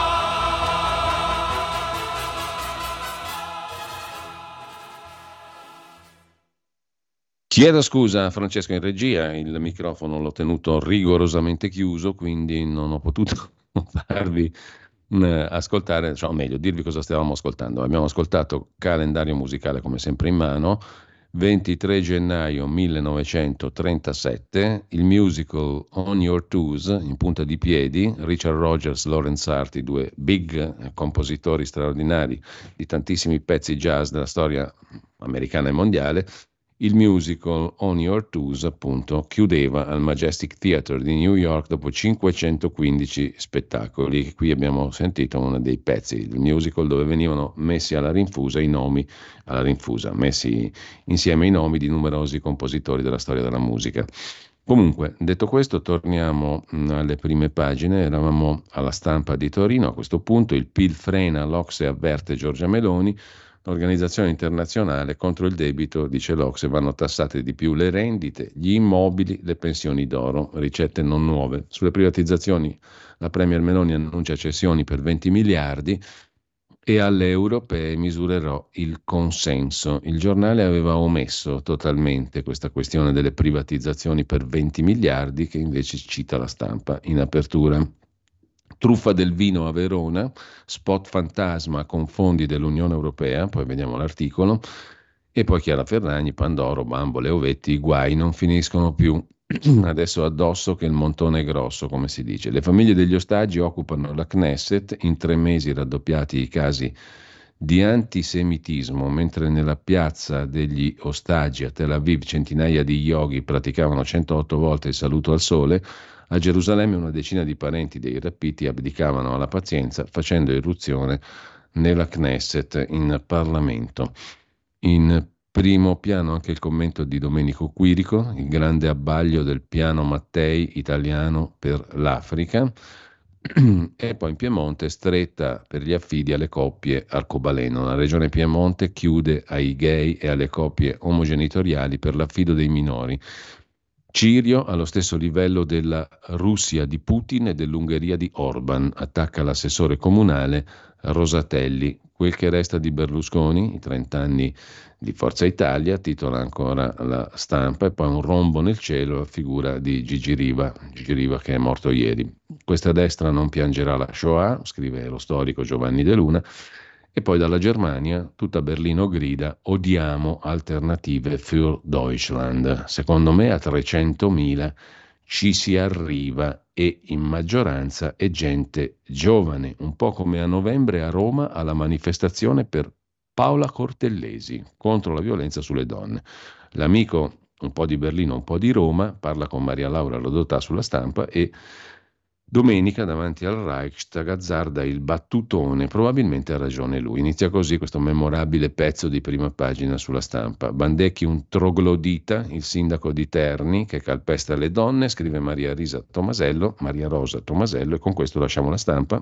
Speaker 2: Chiedo scusa a Francesco in regia, il microfono l'ho tenuto rigorosamente chiuso, quindi non ho potuto farvi eh, ascoltare, cioè, o meglio, dirvi cosa stavamo ascoltando. Abbiamo ascoltato calendario musicale come sempre in mano, ventitré gennaio millenovecentotrentasette, il musical On Your Toes, in punta di piedi, Richard Rogers, Lawrence Arty, due big compositori straordinari di tantissimi pezzi jazz della storia americana e mondiale. Il musical On Your Toes, appunto, chiudeva al Majestic Theatre di New York dopo cinquecentoquindici spettacoli. Qui abbiamo sentito uno dei pezzi del musical dove venivano messi alla rinfusa i nomi, alla rinfusa, messi insieme i nomi di numerosi compositori della storia della musica. Comunque, detto questo, torniamo mh, alle prime pagine. Eravamo alla Stampa di Torino. A questo punto il P I L frena, l'O C S E avverte Giorgia Meloni. L'Organizzazione internazionale contro il debito, dice l'O C S E, vanno tassate di più le rendite, gli immobili, le pensioni d'oro, ricette non nuove. Sulle privatizzazioni la Premier Meloni annuncia cessioni per venti miliardi e alle europee misurerò il consenso. Il giornale aveva omesso totalmente questa questione delle privatizzazioni per venti miliardi, che invece cita la Stampa in apertura. Truffa del vino a Verona, spot fantasma con fondi dell'Unione Europea, poi vediamo l'articolo, e poi Chiara Ferragni, Pandoro, bambole, ovetti, i guai non finiscono più. Adesso addosso che il montone è grosso, come si dice. Le famiglie degli ostaggi occupano la Knesset, in tre mesi raddoppiati i casi di antisemitismo, mentre nella piazza degli ostaggi a Tel Aviv centinaia di yogi praticavano centootto volte il saluto al sole. A Gerusalemme una decina di parenti dei rapiti abdicavano alla pazienza facendo irruzione nella Knesset, in Parlamento. In primo piano anche il commento di Domenico Quirico, il grande abbaglio del piano Mattei italiano per l'Africa. E poi in Piemonte stretta per gli affidi alle coppie arcobaleno. La regione Piemonte chiude ai gay e alle coppie omogenitoriali per l'affido dei minori. Cirio allo stesso livello della Russia di Putin e dell'Ungheria di Orban, attacca l'assessore comunale Rosatelli. Quel che resta di Berlusconi, i trent'anni di Forza Italia, titola ancora la Stampa, e poi un rombo nel cielo, la figura di Gigi Riva, Gigi Riva che è morto ieri. Questa destra non piangerà la Shoah, scrive lo storico Giovanni De Luna. E poi dalla Germania, tutta Berlino grida, odiamo alternative für Deutschland. Secondo me a trecentomila ci si arriva e in maggioranza è gente giovane, un po' come a novembre a Roma alla manifestazione per Paola Cortellesi contro la violenza sulle donne. L'amico un po' di Berlino, un po' di Roma, parla con Maria Laura Rodotà sulla Stampa e domenica davanti al Reichstag azzarda il battutone, probabilmente ha ragione lui. Inizia così questo memorabile pezzo di prima pagina sulla Stampa. Bandecchi un troglodita, il sindaco di Terni che calpesta le donne, scrive Maria Risa Tomasello, Maria Rosa Tomasello, e con questo lasciamo la Stampa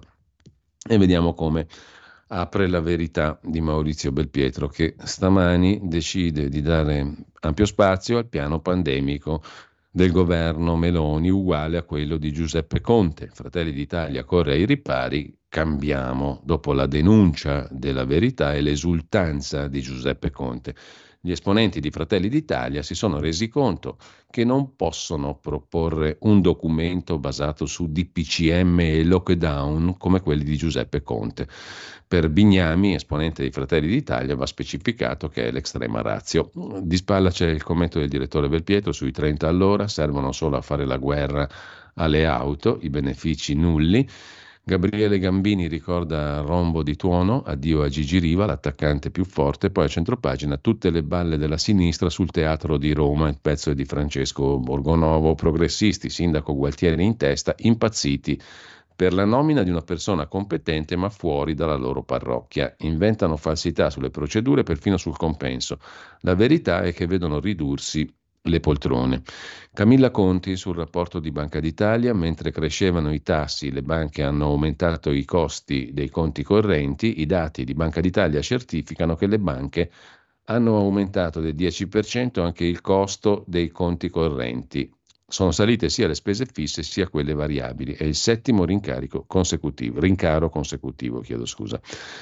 Speaker 2: e vediamo come apre La Verità di Maurizio Belpietro, che stamani decide di dare ampio spazio al piano pandemico del governo Meloni, uguale a quello di Giuseppe Conte. Fratelli d'Italia corre ai ripari, cambiamo, dopo la denuncia della Verità e l'esultanza di Giuseppe Conte. Gli esponenti di Fratelli d'Italia si sono resi conto che non possono proporre un documento basato su D P C M e lockdown come quelli di Giuseppe Conte. Per Bignami, esponente dei Fratelli d'Italia, va specificato che è l'extrema ratio. Di spalla c'è il commento del direttore Belpietro sui trenta all'ora, servono solo a fare la guerra alle auto, i benefici nulli. Gabriele Gambini ricorda Rombo di Tuono, addio a Gigi Riva, l'attaccante più forte. Poi a centropagina tutte le balle della sinistra sul teatro di Roma, il pezzo è di Francesco Borgonovo. Progressisti, sindaco Gualtieri in testa, impazziti per la nomina di una persona competente ma fuori dalla loro parrocchia. Inventano falsità sulle procedure, perfino sul compenso. La verità è che vedono ridursi le poltrone. Camilla Conti sul rapporto di Banca d'Italia: mentre crescevano i tassi, le banche hanno aumentato i costi dei conti correnti. I dati di Banca d'Italia certificano che le banche hanno aumentato del dieci per cento anche il costo dei conti correnti. Sono salite sia le spese fisse sia quelle variabili. È il settimo rincarico consecutivo, rincaro consecutivo, chiedo scusa.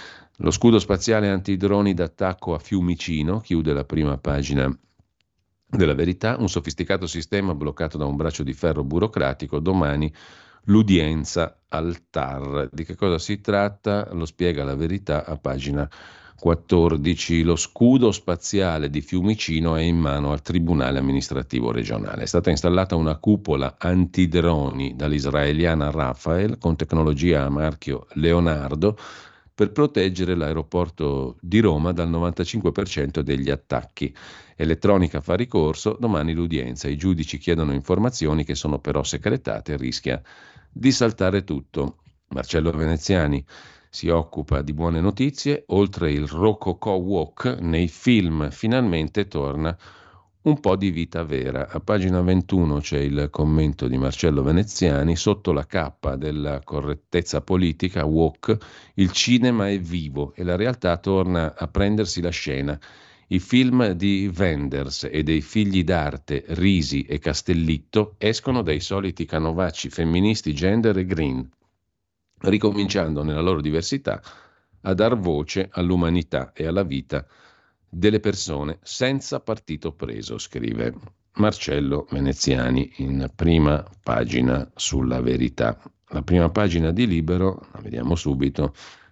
Speaker 2: Lo scudo spaziale antidroni d'attacco a Fiumicino, chiude la prima pagina della Verità, un sofisticato sistema bloccato da un braccio di ferro burocratico. Domani l'udienza al T A R. Di che cosa si tratta? Lo spiega La Verità a pagina quattordici. Lo scudo spaziale di Fiumicino è in mano al Tribunale amministrativo regionale. È stata installata una cupola antidroni dall'israeliana Rafael con tecnologia a marchio Leonardo per proteggere l'aeroporto di Roma dal novantacinque per cento degli attacchi. Elettronica fa ricorso, domani l'udienza. I giudici chiedono informazioni che sono però segretate e rischia di saltare tutto. Marcello Veneziani si occupa di buone notizie. Oltre il Rococò Walk, nei film finalmente torna un po' di vita vera. A pagina ventuno c'è il commento di Marcello Veneziani: sotto la cappa della correttezza politica woke, il cinema è vivo e la realtà torna a prendersi la scena. I film di Wenders e dei figli d'arte Risi e Castellitto escono dai soliti canovacci femministi, gender e green, ricominciando nella loro diversità a dar voce all'umanità e alla vita delle persone senza partito preso, scrive Marcello Veneziani in prima pagina sulla Verità. La prima pagina di Libero, la vediamo subito,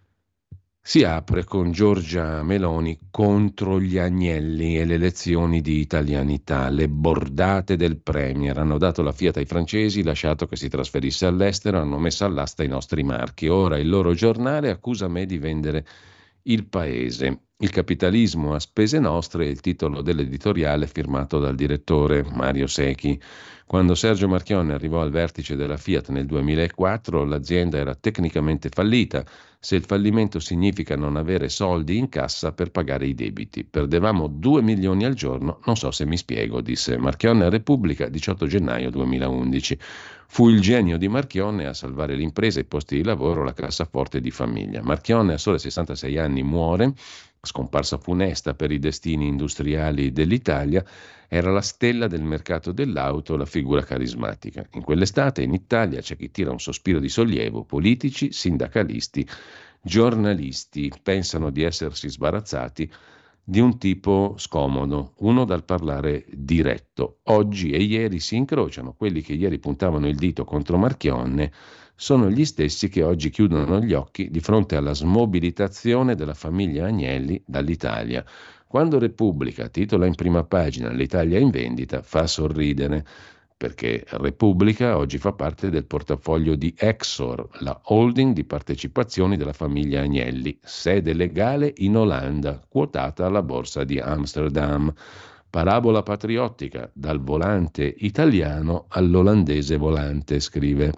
Speaker 2: si apre con Giorgia Meloni contro gli agnelli e le lezioni di italianità. Le bordate del premier hanno dato la fiata ai francesi, lasciato che si trasferisse all'estero, hanno messo all'asta i nostri marchi. Ora il loro giornale accusa me di vendere il paese. Il capitalismo a spese nostre è il titolo dell'editoriale firmato dal direttore Mario Secchi. Quando Sergio Marchionne arrivò al vertice della Fiat nel duemilaquattro, l'azienda era tecnicamente fallita. Se il fallimento significa non avere soldi in cassa per pagare i debiti. Perdevamo due milioni al giorno, non so se mi spiego, disse Marchionne a Repubblica, diciotto gennaio duemilaundici. Fu il genio di Marchionne a salvare l'impresa, i posti di lavoro, la cassaforte di famiglia. Marchionne a sole sessantasei anni muore, scomparsa funesta per i destini industriali dell'Italia. Era la stella del mercato dell'auto, la figura carismatica. In quell'estate in Italia c'è chi tira un sospiro di sollievo. Politici, sindacalisti, giornalisti pensano di essersi sbarazzati di un tipo scomodo, uno dal parlare diretto. Oggi e ieri si incrociano. Quelli che ieri puntavano il dito contro Marchionne sono gli stessi che oggi chiudono gli occhi di fronte alla smobilitazione della famiglia Agnelli dall'Italia. Quando Repubblica titola in prima pagina "L'Italia in vendita", fa sorridere, perché Repubblica oggi fa parte del portafoglio di Exor, la holding di partecipazioni della famiglia Agnelli, sede legale in Olanda, quotata alla borsa di Amsterdam. Parabola patriottica, dal volante italiano all'olandese volante, scrive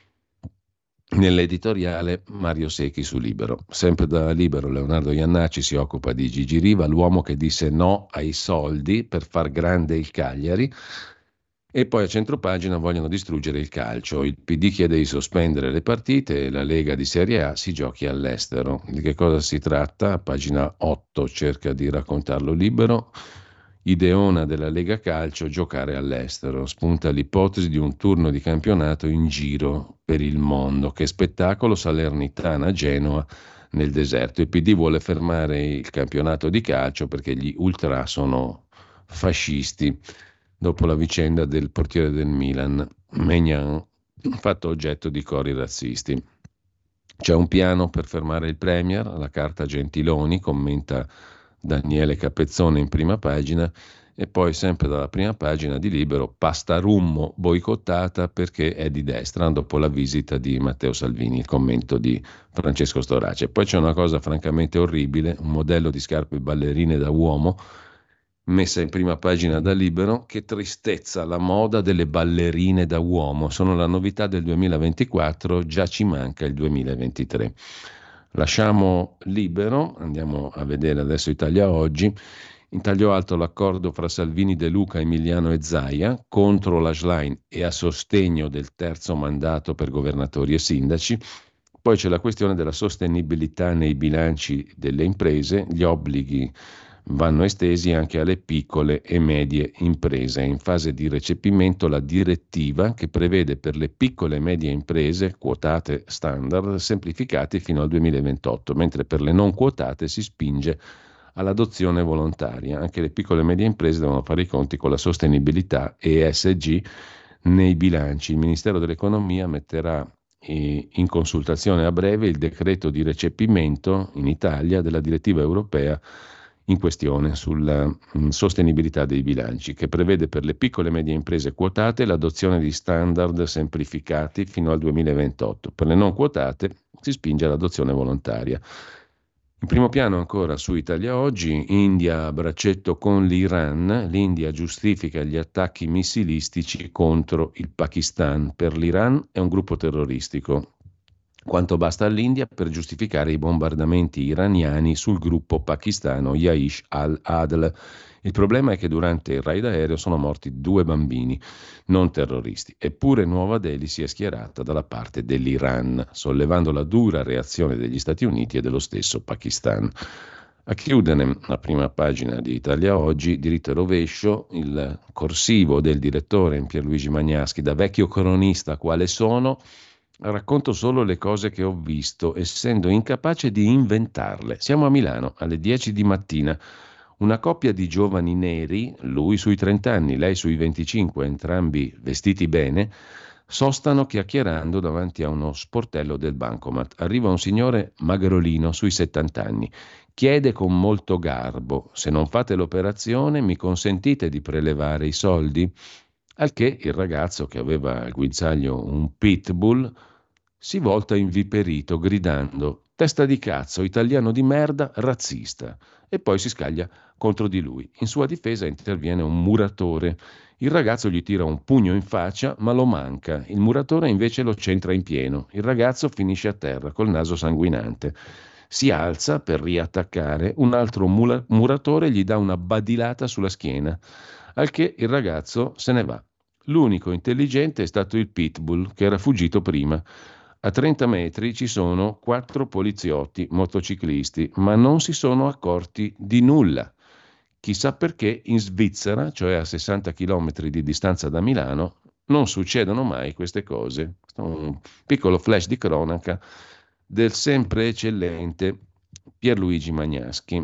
Speaker 2: nell'editoriale Mario Secchi su Libero. Sempre da Libero, Leonardo Iannacci si occupa di Gigi Riva, l'uomo che disse no ai soldi per far grande il Cagliari. E poi a centropagina vogliono distruggere il calcio. Il P D chiede di sospendere le partite e la Lega di Serie A si giochi all'estero. Di che cosa si tratta? A pagina otto cerca di raccontarlo Libero. Ideona della Lega Calcio, giocare all'estero. Spunta l'ipotesi di un turno di campionato in giro per il mondo. Che spettacolo, Salernitana-Genoa nel deserto. Il P D vuole fermare il campionato di calcio perché gli ultra sono fascisti. Dopo la vicenda del portiere del Milan, Maignan, fatto oggetto di cori razzisti. C'è un piano per fermare il premier, la carta Gentiloni, commenta Daniele Capezzone in prima pagina. E poi sempre dalla prima pagina di Libero, pasta rummo boicottata perché è di destra, dopo la visita di Matteo Salvini, il commento di Francesco Storace. Poi c'è una cosa francamente orribile, un modello di scarpe ballerine da uomo messa in prima pagina da Libero. Che tristezza, la moda delle ballerine da uomo, sono la novità del duemilaventiquattro, già ci manca il duemilaventitré. Lasciamo Libero, andiamo a vedere adesso Italia Oggi. In taglio alto l'accordo fra Salvini, De Luca, Emiliano e Zaia contro la Schlein e a sostegno del terzo mandato per governatori e sindaci. Poi c'è la questione della sostenibilità nei bilanci delle imprese, gli obblighi vanno estesi anche alle piccole e medie imprese. È in fase di recepimento la direttiva che prevede per le piccole e medie imprese quotate standard semplificati fino al duemilaventotto, mentre per le non quotate si spinge all'adozione volontaria. Anche le piccole e medie imprese devono fare i conti con la sostenibilità E S G nei bilanci. Il Ministero dell'Economia metterà in consultazione a breve il decreto di recepimento in Italia della direttiva europea in questione sulla mh, sostenibilità dei bilanci, che prevede per le piccole e medie imprese quotate l'adozione di standard semplificati fino al duemilaventotto. Per le non quotate si spinge all'adozione volontaria. In primo piano ancora su Italia Oggi, India a braccetto con l'Iran. L'India giustifica gli attacchi missilistici contro il Pakistan. Per l'Iran è un gruppo terroristico. quanto basta all'India per giustificare i bombardamenti iraniani sul gruppo pakistano Jaish al-Adl. Il problema è che durante il raid aereo sono morti due bambini, non terroristi. Eppure Nuova Delhi si è schierata dalla parte dell'Iran, sollevando la dura reazione degli Stati Uniti e dello stesso Pakistan. A chiudere la prima pagina di Italia Oggi, diritto e rovescio, il corsivo del direttore Pierluigi Magnaschi, da vecchio cronista quale sono, racconto solo le cose che ho visto, essendo incapace di inventarle. Siamo a Milano, alle dieci di mattina. Una coppia di giovani neri, lui sui trenta anni, lei sui venticinque, entrambi vestiti bene, sostano chiacchierando davanti a uno sportello del bancomat. Arriva un signore magrolino sui settanta anni. Chiede con molto garbo: se non fate l'operazione mi consentite di prelevare i soldi? Al che il ragazzo, che aveva al guinzaglio un pitbull, si volta inviperito gridando: testa di cazzo, italiano di merda, razzista, e poi si scaglia contro di lui. In sua difesa interviene un muratore. Il ragazzo gli tira un pugno in faccia, ma lo manca. Il muratore invece lo centra in pieno. Il ragazzo finisce a terra col naso sanguinante. Si alza per riattaccare, un altro mula- muratore gli dà una badilata sulla schiena, al che il ragazzo se ne va. L'unico intelligente è stato il pitbull, che era fuggito prima. A trenta metri ci sono quattro poliziotti motociclisti, ma non si sono accorti di nulla. Chissà perché in Svizzera, cioè a sessanta chilometri di distanza da Milano, non succedono mai queste cose. Un piccolo flash di cronaca del sempre eccellente Pierluigi Magnaschi,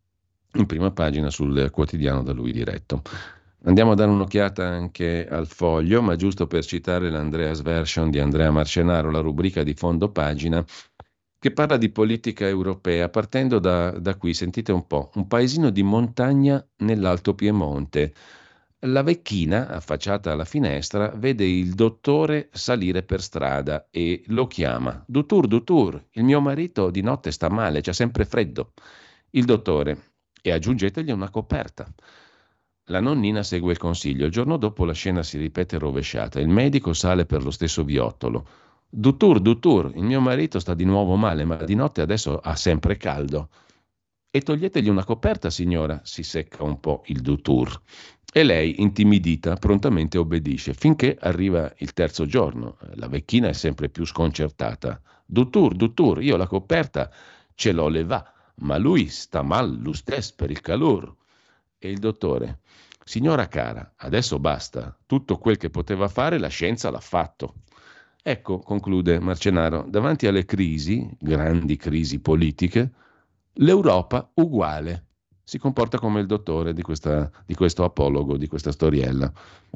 Speaker 2: in prima pagina sul quotidiano da lui diretto. Andiamo a dare un'occhiata anche al Foglio, ma giusto per citare l'Andreas Version di Andrea Marcenaro, la rubrica di fondo pagina, che parla di politica europea, partendo da, da qui, sentite un po', un paesino di montagna nell'Alto Piemonte. La vecchina, affacciata alla finestra, vede il dottore salire per strada e lo chiama. Dutur, Dutur, il mio marito di notte sta male, c'ha sempre freddo. Il dottore: e aggiungetegli una coperta. La nonnina segue il consiglio. Il giorno dopo la scena si ripete rovesciata. Il medico sale per lo stesso viottolo. Dutur, Dutur, il mio marito sta di nuovo male, ma di notte adesso ha sempre caldo. E toglietegli una coperta, signora, si secca un po' il Dutur. E lei, intimidita, prontamente obbedisce, finché arriva il terzo giorno. La vecchina è sempre più sconcertata. Dutur, Dutur, io la coperta ce l'ho levà, ma lui sta mal lo stesso per il calor. E il dottore: signora cara, adesso basta, tutto quel che poteva fare la scienza l'ha fatto. Ecco, conclude Marcenaro, davanti alle crisi, grandi crisi politiche, l'Europa uguale. Si comporta come il dottore di, questa, di questo apologo, di questa storiella.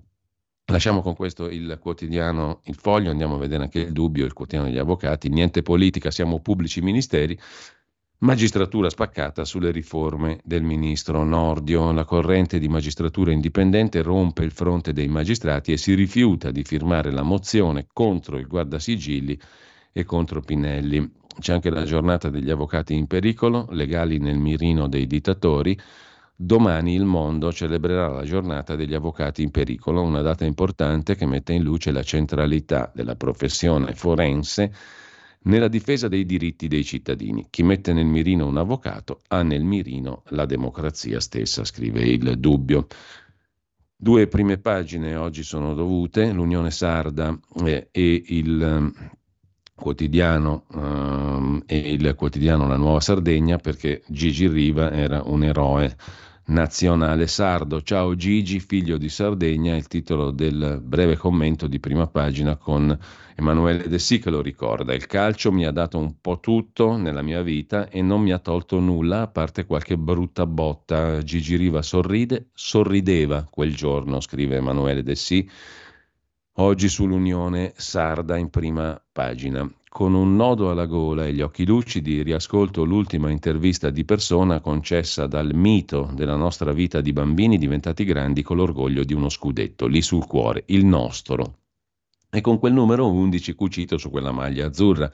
Speaker 2: Lasciamo con questo il quotidiano, il Foglio, andiamo a vedere anche il Dubbio, il quotidiano degli avvocati. Niente politica, siamo pubblici ministeri. Magistratura spaccata sulle riforme del ministro Nordio. La corrente di magistratura indipendente rompe il fronte dei magistrati e si rifiuta di firmare la mozione contro il guardasigilli e contro Pinelli. C'è anche la giornata degli avvocati in pericolo, legali nel mirino dei dittatori. Domani il mondo celebrerà la giornata degli avvocati in pericolo, una data importante che mette in luce la centralità della professione forense nella difesa dei diritti dei cittadini. Chi mette nel mirino un avvocato ha nel mirino la democrazia stessa, scrive il Dubbio. Due prime pagine oggi sono dovute, l'Unione Sarda eh, e il um, quotidiano um, e il quotidiano La Nuova Sardegna, perché Gigi Riva era un eroe nazionale sardo. Ciao Gigi, figlio di Sardegna, il titolo del breve commento di prima pagina con Emanuele De Sì che lo ricorda. Il calcio mi ha dato un po' tutto nella mia vita e non mi ha tolto nulla, a parte qualche brutta botta. Gigi Riva sorride, sorrideva quel giorno, scrive Emanuele De Sì, oggi sull'Unione Sarda in prima pagina. Con un nodo alla gola e gli occhi lucidi riascolto l'ultima intervista di persona concessa dal mito della nostra vita di bambini diventati grandi con l'orgoglio di uno scudetto, lì sul cuore, il nostro. E con quel numero undici cucito su quella maglia azzurra,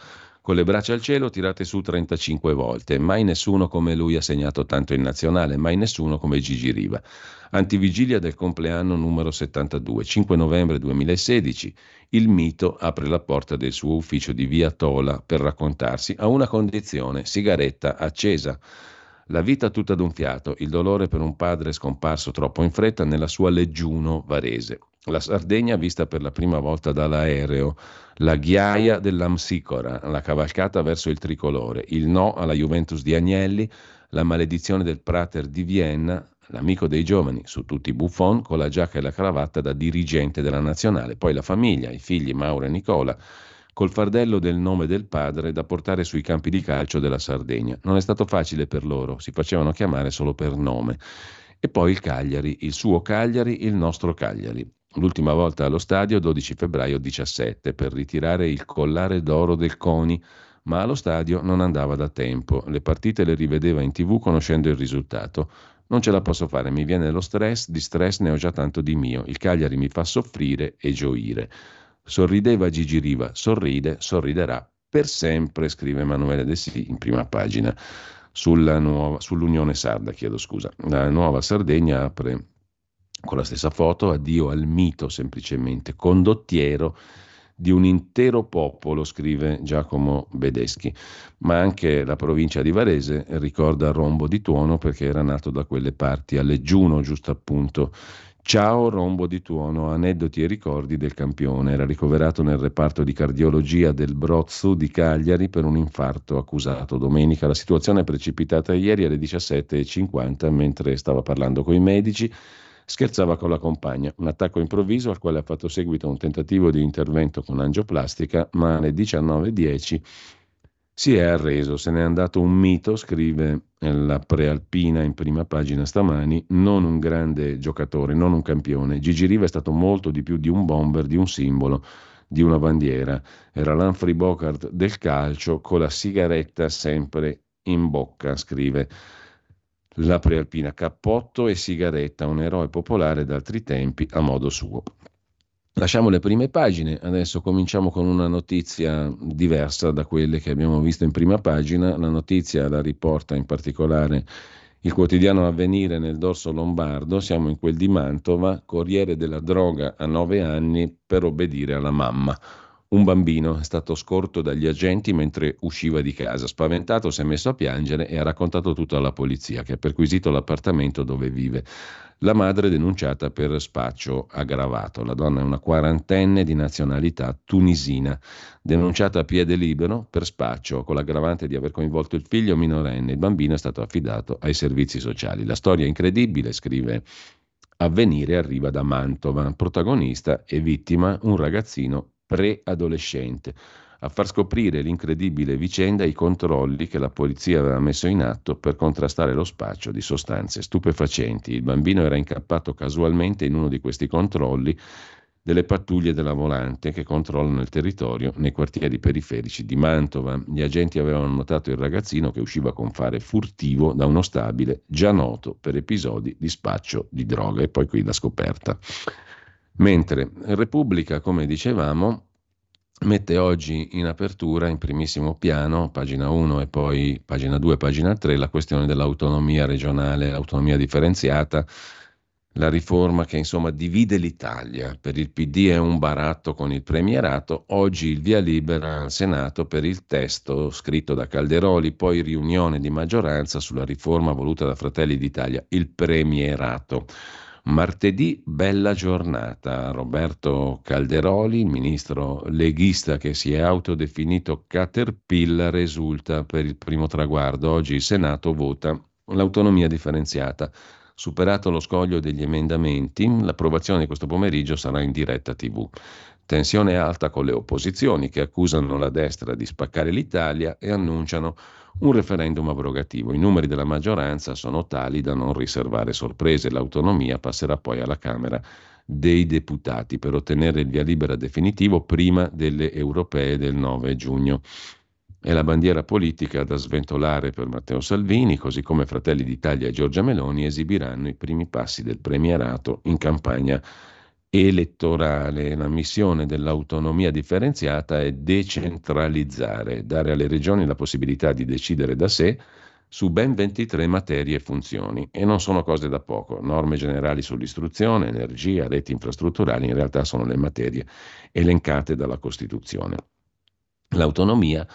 Speaker 2: con le braccia al cielo tirate su trentacinque volte. Mai nessuno come lui ha segnato tanto in nazionale, mai nessuno come Gigi Riva. Antivigilia del compleanno numero settantadue, cinque novembre duemilasedici. Il mito apre la porta del suo ufficio di via Tola per raccontarsi a una condizione: sigaretta accesa. La vita tutta d'un fiato, il dolore per un padre scomparso troppo in fretta nella sua Leggiuno Varese. La Sardegna vista per la prima volta dall'aereo, la ghiaia dell'Amsicora, la cavalcata verso il tricolore, il no alla Juventus di Agnelli, la maledizione del Prater di Vienna, l'amico dei giovani, su tutti Buffon, con la giacca e la cravatta da dirigente della nazionale, poi la famiglia, i figli Mauro e Nicola, col fardello del nome del padre da portare sui campi di calcio della Sardegna. Non è stato facile per loro, si facevano chiamare solo per nome. E poi il Cagliari, il suo Cagliari, il nostro Cagliari. L'ultima volta allo stadio dodici febbraio diciassette per ritirare il collare d'oro del CONI, ma allo stadio non andava da tempo. Le partite le rivedeva in tv conoscendo il risultato. Non ce la posso fare, mi viene lo stress, di stress ne ho già tanto di mio. Il Cagliari mi fa soffrire e gioire. Sorrideva Gigi Riva, sorride, sorriderà per sempre, scrive Emanuele De Sì in prima pagina sulla nuova, sull'Unione Sarda, chiedo scusa. La Nuova Sardegna apre con la stessa foto: addio al mito, semplicemente condottiero di un intero popolo, scrive Giacomo Bedeschi. Ma anche la provincia di Varese ricorda Rombo di Tuono, perché era nato da quelle parti, a Leggiuno, giusto appunto. Ciao Rombo di Tuono, aneddoti e ricordi del campione. Era ricoverato nel reparto di cardiologia del Brozzo di Cagliari per un infarto accusato domenica. La situazione è precipitata ieri alle diciassette e cinquanta, mentre stava parlando con i medici. Scherzava con la compagna. Un attacco improvviso al quale ha fatto seguito un tentativo di intervento con angioplastica, ma alle diciannove e dieci si è arreso. Se n'è andato un mito, scrive la Prealpina in prima pagina stamani, non un grande giocatore, non un campione. Gigi Riva è stato molto di più di un bomber, di un simbolo, di una bandiera. Era l'Humphrey Bogart del calcio, con la sigaretta sempre in bocca, scrive la Prealpina. Cappotto e sigaretta, un eroe popolare d'altri tempi a modo suo. Lasciamo le prime pagine, adesso cominciamo con una notizia diversa da quelle che abbiamo visto in prima pagina. La notizia la riporta in particolare il quotidiano Avvenire nel dorso lombardo. Siamo in quel di Mantova, corriere della droga a nove anni per obbedire alla mamma. Un bambino è stato scorto dagli agenti mentre usciva di casa. Spaventato si è messo a piangere e ha raccontato tutto alla polizia, che ha perquisito l'appartamento dove vive. La madre è denunciata per spaccio aggravato. La donna è una quarantenne di nazionalità tunisina, denunciata a piede libero per spaccio, con l'aggravante di aver coinvolto il figlio minorenne. Il bambino è stato affidato ai servizi sociali. La storia incredibile, scrive Avvenire, arriva da Mantova. Protagonista e vittima un ragazzino preadolescente. A far scoprire l'incredibile vicenda i controlli che la polizia aveva messo in atto per contrastare lo spaccio di sostanze stupefacenti. Il bambino era incappato casualmente in uno di questi controlli delle pattuglie della Volante che controllano il territorio nei quartieri periferici di Mantova. Gli agenti avevano notato il ragazzino che usciva con fare furtivo da uno stabile già noto per episodi di spaccio di droga, e poi qui la scoperta. Mentre Repubblica, come dicevamo, mette oggi in apertura, in primissimo piano, pagina uno e poi pagina due, pagina tre, la questione dell'autonomia regionale, l'autonomia differenziata, la riforma che insomma divide l'Italia. Per il P D è un baratto con il premierato. Oggi il via libera al Senato per il testo scritto da Calderoli, poi riunione di maggioranza sulla riforma voluta da Fratelli d'Italia, il premierato. Martedì, bella giornata. Roberto Calderoli, il ministro leghista che si è autodefinito Caterpillar, esulta per il primo traguardo. Oggi il Senato vota l'autonomia differenziata. Superato lo scoglio degli emendamenti, l'approvazione di questo pomeriggio sarà in diretta tivù. Tensione alta con le opposizioni che accusano la destra di spaccare l'Italia e annunciano un referendum abrogativo. I numeri della maggioranza sono tali da non riservare sorprese. L'autonomia passerà poi alla Camera dei Deputati per ottenere il via libera definitivo prima delle europee del nove giugno. È la bandiera politica da sventolare per Matteo Salvini, così come Fratelli d'Italia e Giorgia Meloni esibiranno i primi passi del premierato in campagna elettorale. La missione dell'autonomia differenziata è decentralizzare, dare alle regioni la possibilità di decidere da sé su ben ventitré materie e funzioni, e non sono cose da poco. Norme generali sull'istruzione, energia, reti infrastrutturali, in realtà sono le materie elencate dalla Costituzione. L'autonomia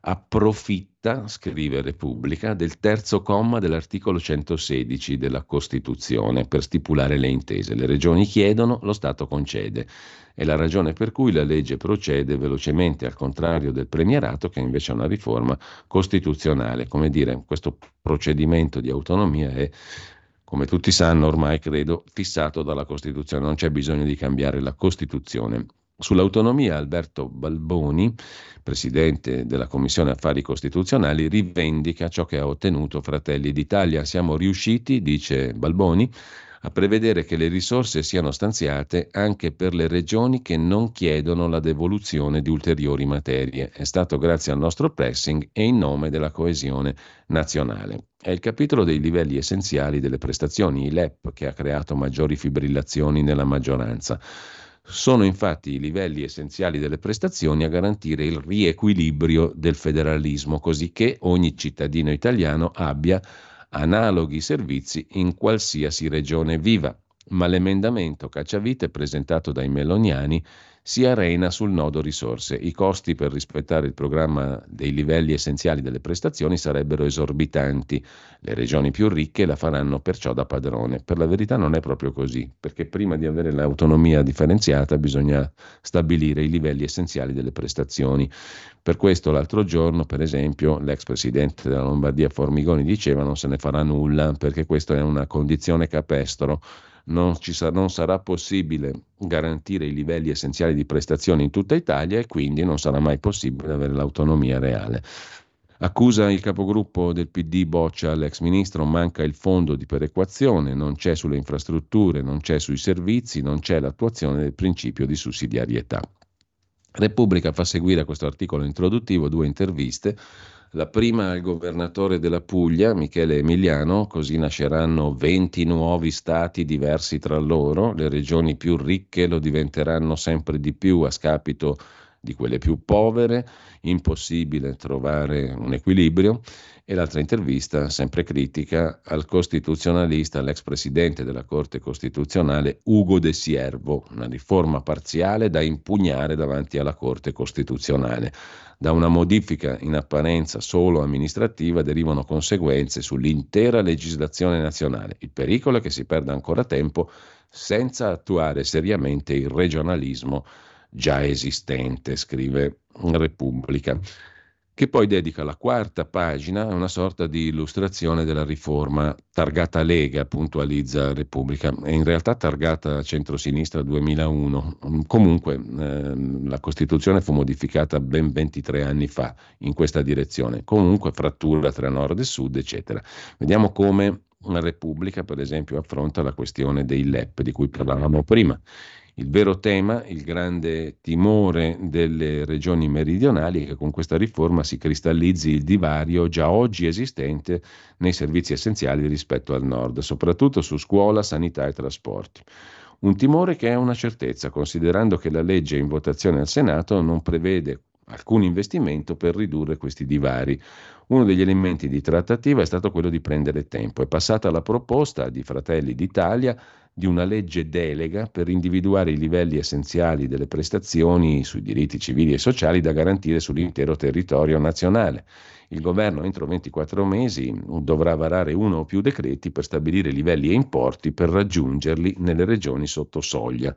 Speaker 2: approfitta, scrive Repubblica, del terzo comma dell'articolo centosedici della Costituzione per stipulare le intese. Le regioni chiedono, lo Stato concede. È la ragione per cui la legge procede velocemente, al contrario del premierato, che invece è una riforma costituzionale. Come dire, questo procedimento di autonomia è, come tutti sanno ormai, credo, fissato dalla Costituzione. Non c'è bisogno di cambiare la Costituzione. Sull'autonomia, Alberto Balboni, presidente della Commissione Affari Costituzionali, rivendica ciò che ha ottenuto Fratelli d'Italia. Siamo riusciti, dice Balboni, a prevedere che le risorse siano stanziate anche per le regioni che non chiedono la devoluzione di ulteriori materie. È stato grazie al nostro pressing e in nome della coesione nazionale. È il capitolo dei livelli essenziali delle prestazioni, i L E P, che ha creato maggiori fibrillazioni nella maggioranza. Sono infatti i livelli essenziali delle prestazioni a garantire il riequilibrio del federalismo, così che ogni cittadino italiano abbia analoghi servizi in qualsiasi regione viva. Ma l'emendamento cacciavite presentato dai meloniani si arena sul nodo risorse. I costi per rispettare il programma dei livelli essenziali delle prestazioni sarebbero esorbitanti. Le regioni più ricche la faranno perciò da padrone. Per la verità non è proprio così, perché prima di avere l'autonomia differenziata bisogna stabilire i livelli essenziali delle prestazioni. Per questo l'altro giorno, per esempio, l'ex presidente della Lombardia Formigoni diceva non se ne farà nulla, perché questa è una condizione capestro. Non, ci sa- non sarà possibile garantire i livelli essenziali di prestazioni in tutta Italia e quindi non sarà mai possibile avere l'autonomia reale. Accusa il capogruppo del P D Boccia l'ex ministro, manca il fondo di perequazione, non c'è sulle infrastrutture, non c'è sui servizi, non c'è l'attuazione del principio di sussidiarietà. Repubblica fa seguire a questo articolo introduttivo due interviste. La prima al governatore della Puglia, Michele Emiliano, così nasceranno venti nuovi stati diversi tra loro, le regioni più ricche lo diventeranno sempre di più a scapito di quelle più povere, impossibile trovare un equilibrio. E l'altra intervista, sempre critica, al costituzionalista, all'ex presidente della Corte Costituzionale Ugo De Siervo, una riforma parziale da impugnare davanti alla Corte Costituzionale. Da una modifica in apparenza solo amministrativa derivano conseguenze sull'intera legislazione nazionale. Il pericolo è che si perda ancora tempo senza attuare seriamente il regionalismo già esistente, scrive Repubblica, che poi dedica la quarta pagina a una sorta di illustrazione della riforma targata Lega, puntualizza Repubblica, e in realtà targata centrosinistra duemilauno. Comunque ehm, la Costituzione fu modificata ben ventitré anni fa in questa direzione. Comunque frattura tra nord e sud, eccetera. Vediamo come la Repubblica, per esempio, affronta la questione dei L E P di cui parlavamo prima. Il vero tema, il grande timore delle regioni meridionali è che con questa riforma si cristallizzi il divario già oggi esistente nei servizi essenziali rispetto al nord, soprattutto su scuola, sanità e trasporti. Un timore che è una certezza, considerando che la legge in votazione al Senato non prevede alcun investimento per ridurre questi divari. Uno degli elementi di trattativa è stato quello di prendere tempo. È passata la proposta di Fratelli d'Italia di una legge delega per individuare i livelli essenziali delle prestazioni sui diritti civili e sociali da garantire sull'intero territorio nazionale. Il governo entro ventiquattro mesi dovrà varare uno o più decreti per stabilire livelli e importi per raggiungerli nelle regioni sotto soglia.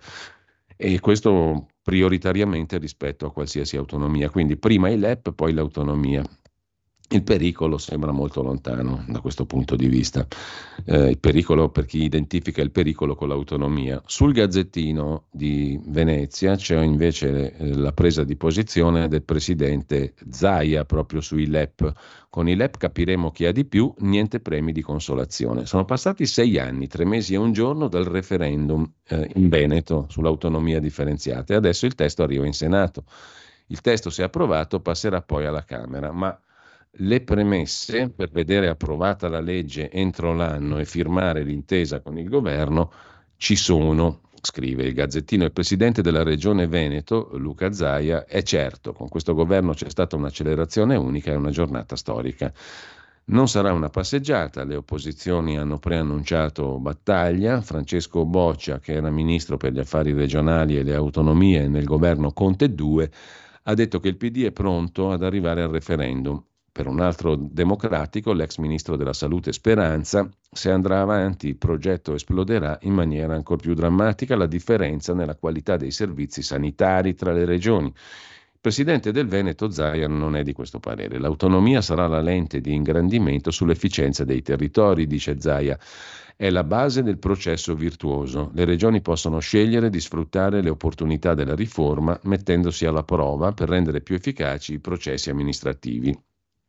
Speaker 2: E questo prioritariamente rispetto a qualsiasi autonomia. Quindi prima i L E P, poi l'autonomia. Il pericolo sembra molto lontano da questo punto di vista, eh, il pericolo per chi identifica il pericolo con l'autonomia. Sul Gazzettino di Venezia c'è invece eh, la presa di posizione del presidente Zaia proprio sui L E P. Con i L E P capiremo chi ha di più, niente premi di consolazione. Sono passati sei anni, tre mesi e un giorno dal referendum eh, in Veneto sull'autonomia differenziata e adesso il testo arriva in Senato. Il testo, se approvato, passerà poi alla Camera, ma le premesse per vedere approvata la legge entro l'anno e firmare l'intesa con il governo ci sono. scrive il Gazzettino. Il presidente della regione Veneto, Luca Zaia, è certo, con questo governo c'è stata un'accelerazione unica e una giornata storica. Non sarà una passeggiata, le opposizioni hanno preannunciato battaglia. Francesco Boccia, che era ministro per gli affari regionali e le autonomie nel governo Conte due, ha detto che il P D è pronto ad arrivare al referendum. Per un altro democratico, l'ex ministro della Salute Speranza, se andrà avanti il progetto esploderà in maniera ancora più drammatica la differenza nella qualità dei servizi sanitari tra le regioni. Il presidente del Veneto, Zaia, non è di questo parere. L'autonomia sarà la lente di ingrandimento sull'efficienza dei territori, dice Zaia. È la base del processo virtuoso. Le regioni possono scegliere di sfruttare le opportunità della riforma mettendosi alla prova per rendere più efficaci i processi amministrativi.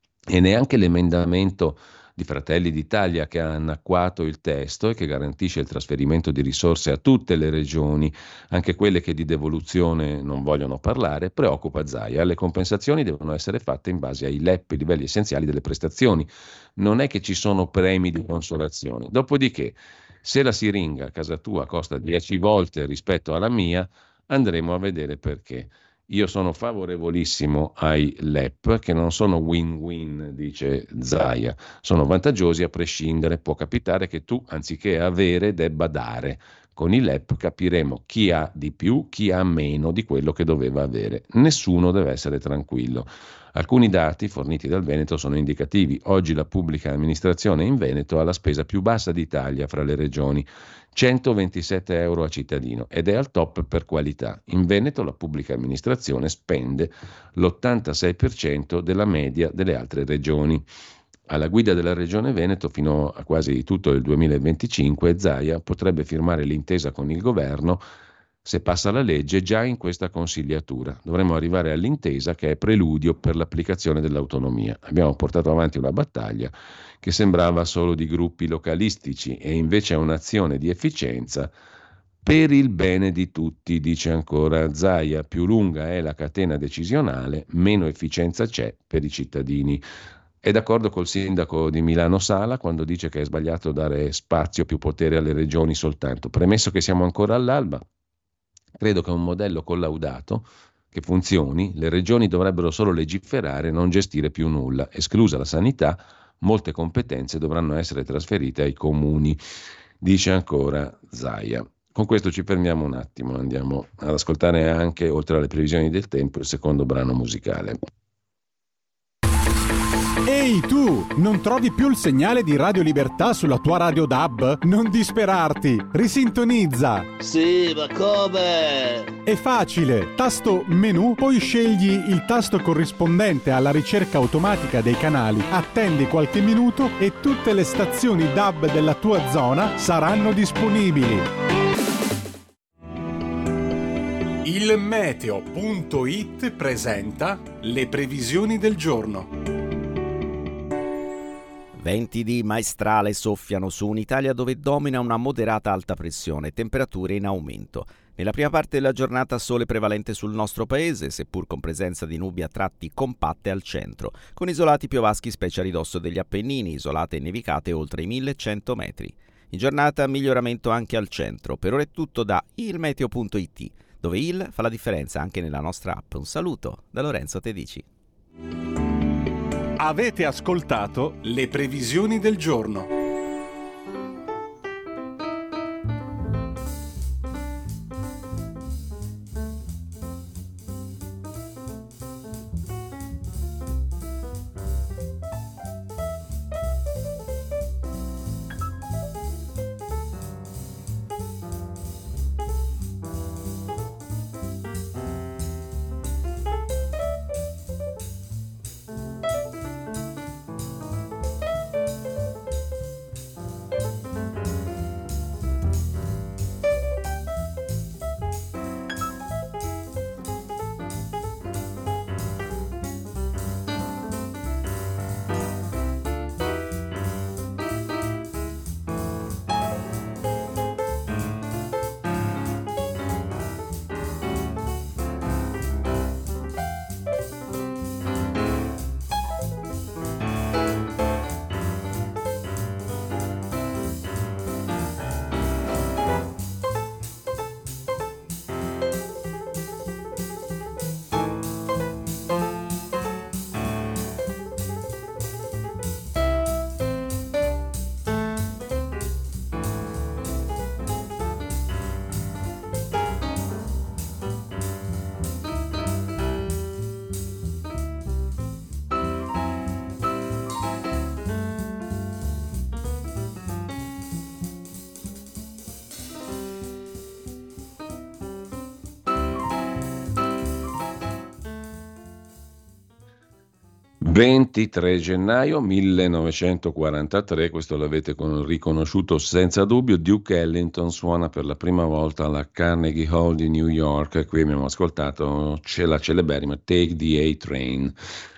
Speaker 2: E neanche l'emendamento di Fratelli d'Italia, che ha annacquato il testo e che garantisce il trasferimento di risorse a tutte le regioni, anche quelle che di devoluzione non vogliono parlare, preoccupa Zaia. Le compensazioni devono essere fatte in base ai L E P, i livelli essenziali delle prestazioni. Non è che ci sono premi di consolazione. Dopodiché, se la siringa a casa tua costa dieci volte rispetto alla mia, andremo a vedere perché. Io sono favorevolissimo ai L E P, che non sono win-win, dice Zaia, sono vantaggiosi a prescindere. Può capitare che tu, anziché avere, debba dare. Con i L E P capiremo chi ha di più, chi ha meno di quello che doveva avere. Nessuno deve essere tranquillo. Alcuni dati forniti dal Veneto sono indicativi. Oggi la pubblica amministrazione in Veneto ha la spesa più bassa d'Italia fra le regioni, centoventisette euro a cittadino, ed è al top per qualità. In Veneto la pubblica amministrazione spende l'ottantasei per cento della media delle altre regioni. Alla guida della Regione Veneto fino a quasi tutto il duemilaventicinque, Zaia potrebbe firmare l'intesa con il governo, se passa la legge, già in questa consigliatura. Dovremmo arrivare all'intesa, che è preludio per l'applicazione dell'autonomia. Abbiamo portato avanti una battaglia che sembrava solo di gruppi localistici e invece è un'azione di efficienza per il bene di tutti, dice ancora Zaia. Più lunga è la catena decisionale, meno efficienza c'è per i cittadini. È d'accordo col sindaco di Milano Sala quando dice che è sbagliato dare spazio, più potere alle regioni soltanto. Premesso che siamo ancora all'alba, credo che un modello collaudato che funzioni, le regioni dovrebbero solo legiferare, non gestire più nulla. Esclusa la sanità, molte competenze dovranno essere trasferite ai comuni, dice ancora Zaia. Con questo ci fermiamo un attimo, andiamo ad ascoltare anche, oltre alle previsioni del tempo, il secondo brano musicale.
Speaker 1: Ehi tu, non trovi più il segnale di Radio Libertà sulla tua radio D A B? Non disperarti, risintonizza!
Speaker 4: Sì, ma come?
Speaker 1: È facile, tasto menu, poi scegli il tasto corrispondente alla ricerca automatica dei canali, attendi qualche minuto e tutte le stazioni D A B della tua zona saranno disponibili. Il meteo punto it presenta le previsioni del giorno.
Speaker 8: Venti di maestrale soffiano su un'Italia dove domina una moderata alta pressione, temperature in aumento. Nella prima parte della giornata sole prevalente sul nostro paese, seppur con presenza di nubi a tratti compatte al centro, con isolati piovaschi specie a ridosso degli Appennini, isolate e nevicate oltre i millecento metri. In giornata miglioramento anche al centro. Per ora è tutto da il meteo punto it, dove il fa la differenza anche nella nostra app. Un saluto da Lorenzo Tedici.
Speaker 1: Avete ascoltato le previsioni del giorno.
Speaker 2: ventitré gennaio millenovecentoquarantatré, questo l'avete con- riconosciuto senza dubbio, Duke Ellington suona per la prima volta alla Carnegie Hall di New York. Qui abbiamo ascoltato c'è la celeberrima Take the A-Train.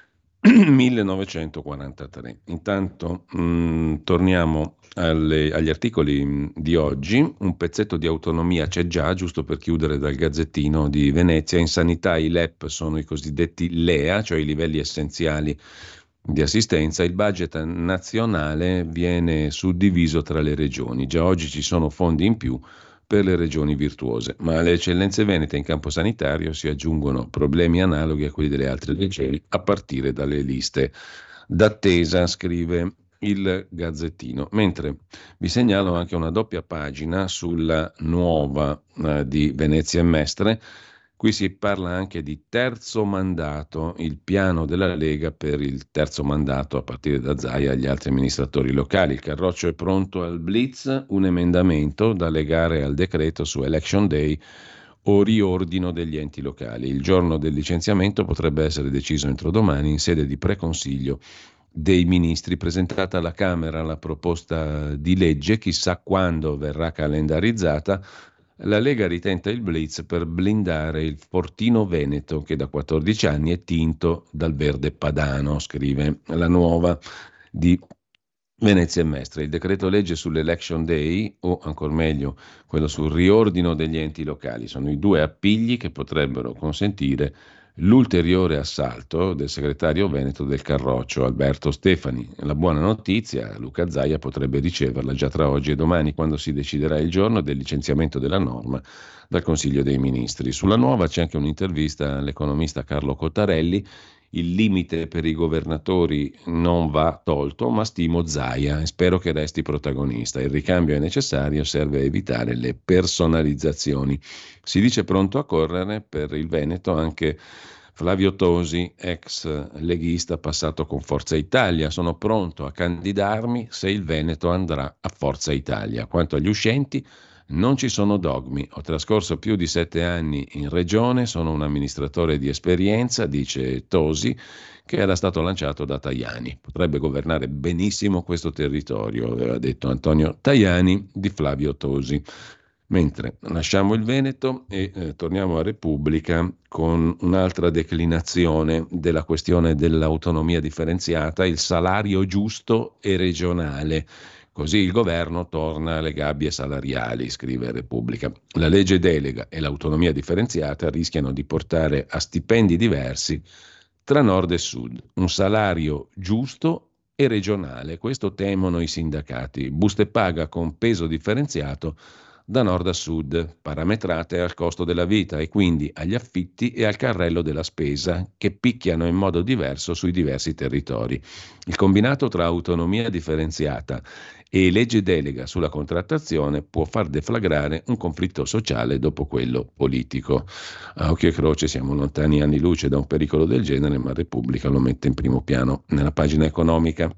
Speaker 2: millenovecentoquarantatré. Intanto mh, torniamo alle- agli articoli mh, di oggi. Un pezzetto di autonomia c'è già, giusto per chiudere, dal Gazzettino di Venezia. In sanità i L E P sono i cosiddetti L E A, cioè i livelli essenziali di assistenza. Il budget nazionale viene suddiviso tra le regioni. Già oggi ci sono fondi in più per le regioni virtuose, ma alle eccellenze venete in campo sanitario si aggiungono problemi analoghi a quelli delle altre regioni, a partire dalle liste d'attesa, scrive il Gazzettino. Mentre vi segnalo anche una doppia pagina sulla Nuova eh, di Venezia e Mestre. Qui si parla anche di terzo mandato, il piano della Lega per il terzo mandato a partire da Zaia e agli altri amministratori locali. Il Carroccio è pronto al blitz, un emendamento da legare al decreto su Election Day o riordino degli enti locali. Il giorno del licenziamento potrebbe essere deciso entro domani in sede di preconsiglio dei ministri. Presentata alla Camera la proposta di legge, chissà quando verrà calendarizzata. La Lega ritenta il blitz per blindare il Fortino Veneto che da quattordici anni è tinto dal verde padano, scrive la Nuova di Venezia e Mestre. Il decreto legge sull'Election Day, o ancor meglio quello sul riordino degli enti locali, sono i due appigli che potrebbero consentire l'ulteriore assalto del segretario veneto del Carroccio, Alberto Stefani. La buona notizia, Luca Zaia potrebbe riceverla già tra oggi e domani, quando si deciderà il giorno del licenziamento della norma dal Consiglio dei Ministri. Sulla Nuova c'è anche un'intervista all'economista Carlo Cottarelli. Il limite per i governatori non va tolto, ma stimo Zaia e spero che resti protagonista. Il ricambio è necessario, serve a evitare le personalizzazioni. Si dice pronto a correre per il Veneto anche Flavio Tosi, ex leghista passato con Forza Italia. Sono pronto a candidarmi se il Veneto andrà a Forza Italia. Quanto agli uscenti, non ci sono dogmi. Ho trascorso più di sette anni in regione, sono un amministratore di esperienza, dice Tosi, che era stato lanciato da Tajani. Potrebbe governare benissimo questo territorio, aveva detto Antonio Tajani di Flavio Tosi. Mentre lasciamo il Veneto e eh, torniamo a Repubblica con un'altra declinazione della questione dell'autonomia differenziata, il salario giusto e regionale. Così il governo torna alle gabbie salariali, scrive Repubblica. La legge delega e l'autonomia differenziata rischiano di portare a stipendi diversi tra nord e sud. Un salario giusto e regionale, questo temono i sindacati. Buste paga con peso differenziato da nord a sud, parametrate al costo della vita e quindi agli affitti e al carrello della spesa, che picchiano in modo diverso sui diversi territori. Il combinato tra autonomia differenziata e legge delega sulla contrattazione può far deflagrare un conflitto sociale dopo quello politico. A occhio e croce siamo lontani anni luce da un pericolo del genere, ma Repubblica lo mette in primo piano nella pagina economica.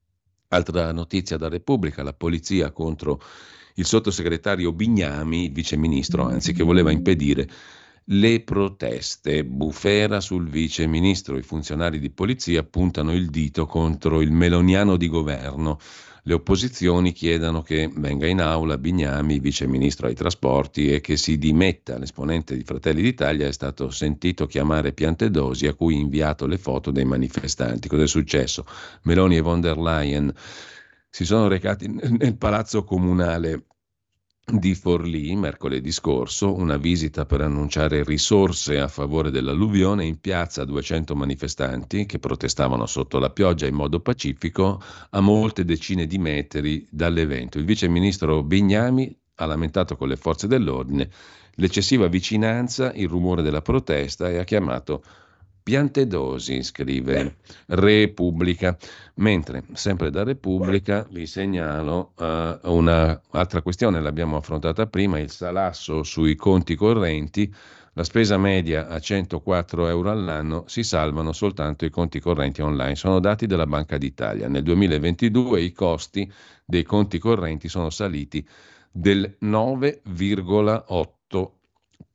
Speaker 2: Altra notizia da Repubblica, la polizia contro il sottosegretario Bignami, il viceministro, anzi, che voleva impedire le proteste. Bufera sul viceministro. I funzionari di polizia puntano il dito contro il meloniano di governo. Le opposizioni chiedono che venga in aula Bignami, viceministro ai trasporti, e che si dimetta. L'esponente di Fratelli d'Italia è stato sentito chiamare Piantedosi, a cui ha inviato le foto dei manifestanti. Cosa è successo? Meloni e von der Leyen si sono recati nel palazzo comunale di Forlì mercoledì scorso, una visita per annunciare risorse a favore dell'alluvione. In piazza duecento manifestanti che protestavano sotto la pioggia in modo pacifico a molte decine di metri dall'evento. Il viceministro Bignami ha lamentato con le forze dell'ordine l'eccessiva vicinanza, il rumore della protesta e ha chiamato Piantedosi, scrive Repubblica. Mentre, sempre da Repubblica, vi segnalo uh, un'altra questione, l'abbiamo affrontata prima, il salasso sui conti correnti. La spesa media a centoquattro euro all'anno, si salvano soltanto i conti correnti online. Sono dati della Banca d'Italia. Nel duemilaventidue i costi dei conti correnti sono saliti del nove virgola otto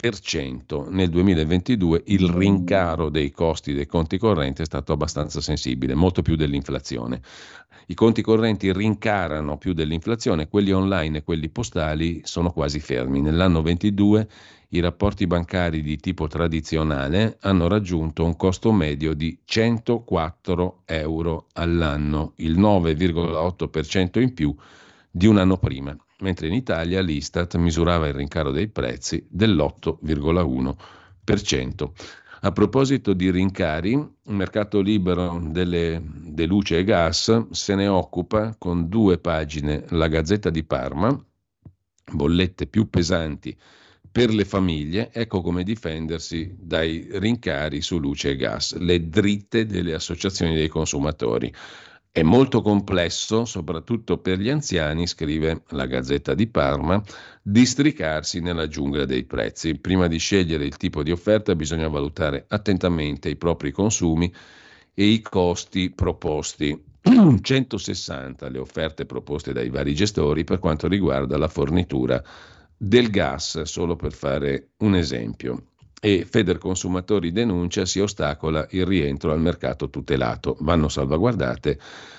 Speaker 2: per cento. Nel duemilaventidue il rincaro dei costi dei conti correnti è stato abbastanza sensibile, molto più dell'inflazione. I conti correnti rincarano più dell'inflazione, quelli online e quelli postali sono quasi fermi. Nell'anno ventidue i rapporti bancari di tipo tradizionale hanno raggiunto un costo medio di centoquattro euro all'anno, il nove virgola otto per cento in più di un anno prima, mentre in Italia l'Istat misurava il rincaro dei prezzi dell'otto virgola uno per cento. A proposito di rincari, il mercato libero delle, de luce e gas se ne occupa con due pagine la Gazzetta di Parma, bollette più pesanti per le famiglie, ecco come difendersi dai rincari su luce e gas, le dritte delle associazioni dei consumatori. È molto complesso, soprattutto per gli anziani, scrive la Gazzetta di Parma, districarsi nella giungla dei prezzi. Prima di scegliere il tipo di offerta bisogna valutare attentamente i propri consumi e i costi proposti. centosessanta le offerte proposte dai vari gestori per quanto riguarda la fornitura del gas, solo per fare un esempio. E Federconsumatori denuncia si ostacola il rientro al mercato tutelato. Vanno salvaguardate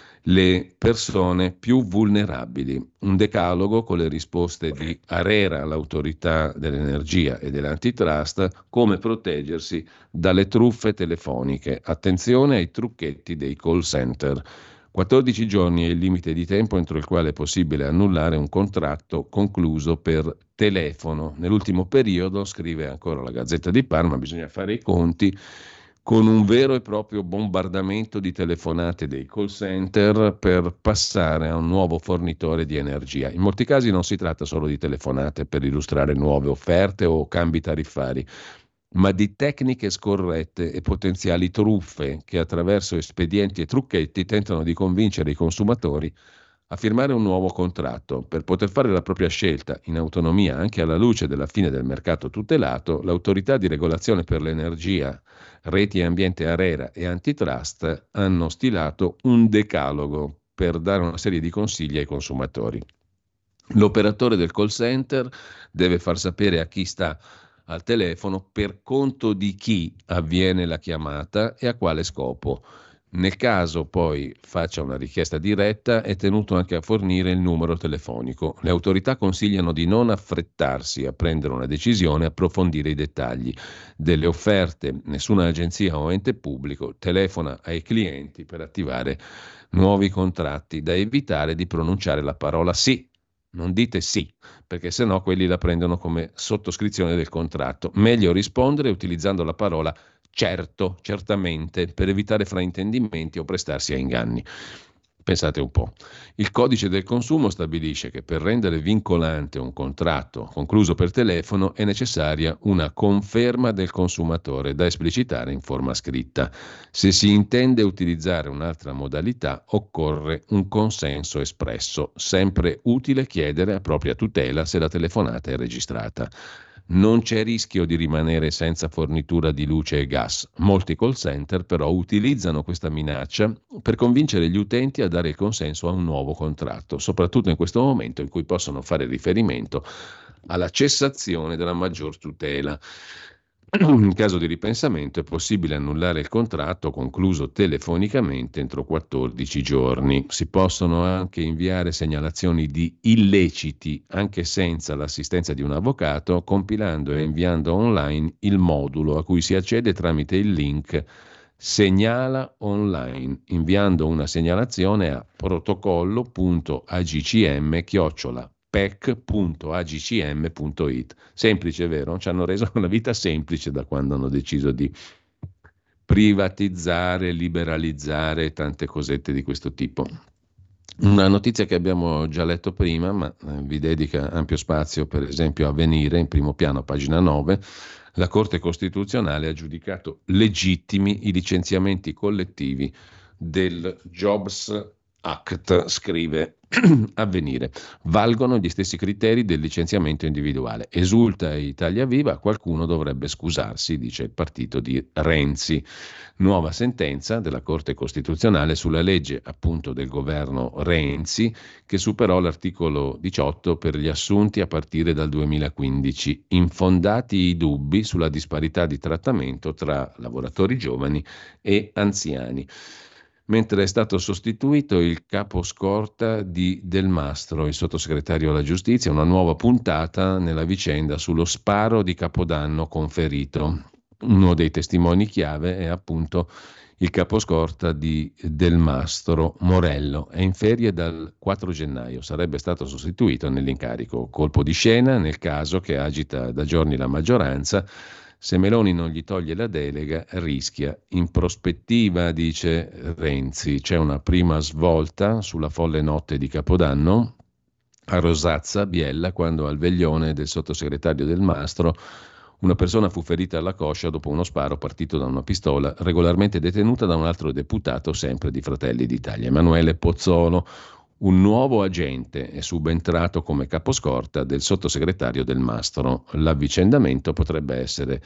Speaker 2: le persone più vulnerabili. Un decalogo con le risposte di ARERA, l'autorità dell'energia e dell'antitrust, come proteggersi dalle truffe telefoniche. Attenzione ai trucchetti dei call center. quattordici giorni è il limite di tempo entro il quale è possibile annullare un contratto concluso per telefono. Nell'ultimo periodo, scrive ancora la Gazzetta di Parma, bisogna fare i conti con un vero e proprio bombardamento di telefonate dei call center per passare a un nuovo fornitore di energia. In molti casi non si tratta solo di telefonate per illustrare nuove offerte o cambi tariffari, ma di tecniche scorrette e potenziali truffe che attraverso espedienti e trucchetti tentano di convincere i consumatori a firmare un nuovo contratto. Per poter fare la propria scelta in autonomia anche alla luce della fine del mercato tutelato, l'autorità di regolazione per l'energia, reti e ambiente ARERA e antitrust hanno stilato un decalogo per dare una serie di consigli ai consumatori. L'operatore del call center deve far sapere a chi sta al telefono per conto di chi avviene la chiamata e a quale scopo. Nel caso poi faccia una richiesta diretta, è tenuto anche a fornire il numero telefonico. Le autorità consigliano di non affrettarsi a prendere una decisione e approfondire i dettagli delle offerte. Nessuna agenzia o ente pubblico telefona ai clienti per attivare nuovi contratti. Da evitare di pronunciare la parola sì. Non dite sì, perché sennò quelli la prendono come sottoscrizione del contratto. Meglio rispondere utilizzando la parola certo, certamente, per evitare fraintendimenti o prestarsi a inganni. Pensate un po'. Il codice del consumo stabilisce che per rendere vincolante un contratto concluso per telefono è necessaria una conferma del consumatore da esplicitare in forma scritta. Se si intende utilizzare un'altra modalità, occorre un consenso espresso. Sempre utile chiedere a propria tutela se la telefonata è registrata. Non c'è rischio di rimanere senza fornitura di luce e gas. Molti call center però utilizzano questa minaccia per convincere gli utenti a dare il consenso a un nuovo contratto, soprattutto in questo momento in cui possono fare riferimento alla cessazione della maggior tutela. In caso di ripensamento è possibile annullare il contratto concluso telefonicamente entro quattordici giorni. Si possono anche inviare segnalazioni di illeciti anche senza l'assistenza di un avvocato, compilando e inviando online il modulo a cui si accede tramite il link Segnala online, inviando una segnalazione a protocollo punto a g c m chiocciola p e c punto a g c m punto i t. Semplice, vero? Ci hanno reso la vita semplice da quando hanno deciso di privatizzare, liberalizzare tante cosette di questo tipo. Una notizia che abbiamo già letto prima, ma vi dedica ampio spazio, per esempio Avvenire, in primo piano, pagina nove. La Corte Costituzionale ha giudicato legittimi i licenziamenti collettivi del Jobs Act, scrive Avvenire. Valgono gli stessi criteri del licenziamento individuale. Esulta Italia Viva, qualcuno dovrebbe scusarsi, dice il partito di Renzi. Nuova sentenza della Corte Costituzionale sulla legge appunto del governo Renzi che superò l'articolo diciotto per gli assunti a partire dal duemilaquindici, infondati i dubbi sulla disparità di trattamento tra lavoratori giovani e anziani. Mentre è stato sostituito il capo scorta di Del Mastro, il sottosegretario alla giustizia, una nuova puntata nella vicenda sullo sparo di Capodanno conferito. Uno dei testimoni chiave è appunto il caposcorta di Del Mastro, Morello. È in ferie dal quattro gennaio, sarebbe stato sostituito nell'incarico. Colpo di scena nel caso che agita da giorni la maggioranza. Se Meloni non gli toglie la delega, rischia. In prospettiva, dice Renzi, c'è una prima svolta sulla folle notte di Capodanno a Rosazza, Biella, quando al veglione del sottosegretario Del Mastro una persona fu ferita alla coscia dopo uno sparo partito da una pistola regolarmente detenuta da un altro deputato sempre di Fratelli d'Italia, Emanuele Pozzolo. Un nuovo agente è subentrato come caposcorta del sottosegretario Del Mastro. L'avvicendamento potrebbe essere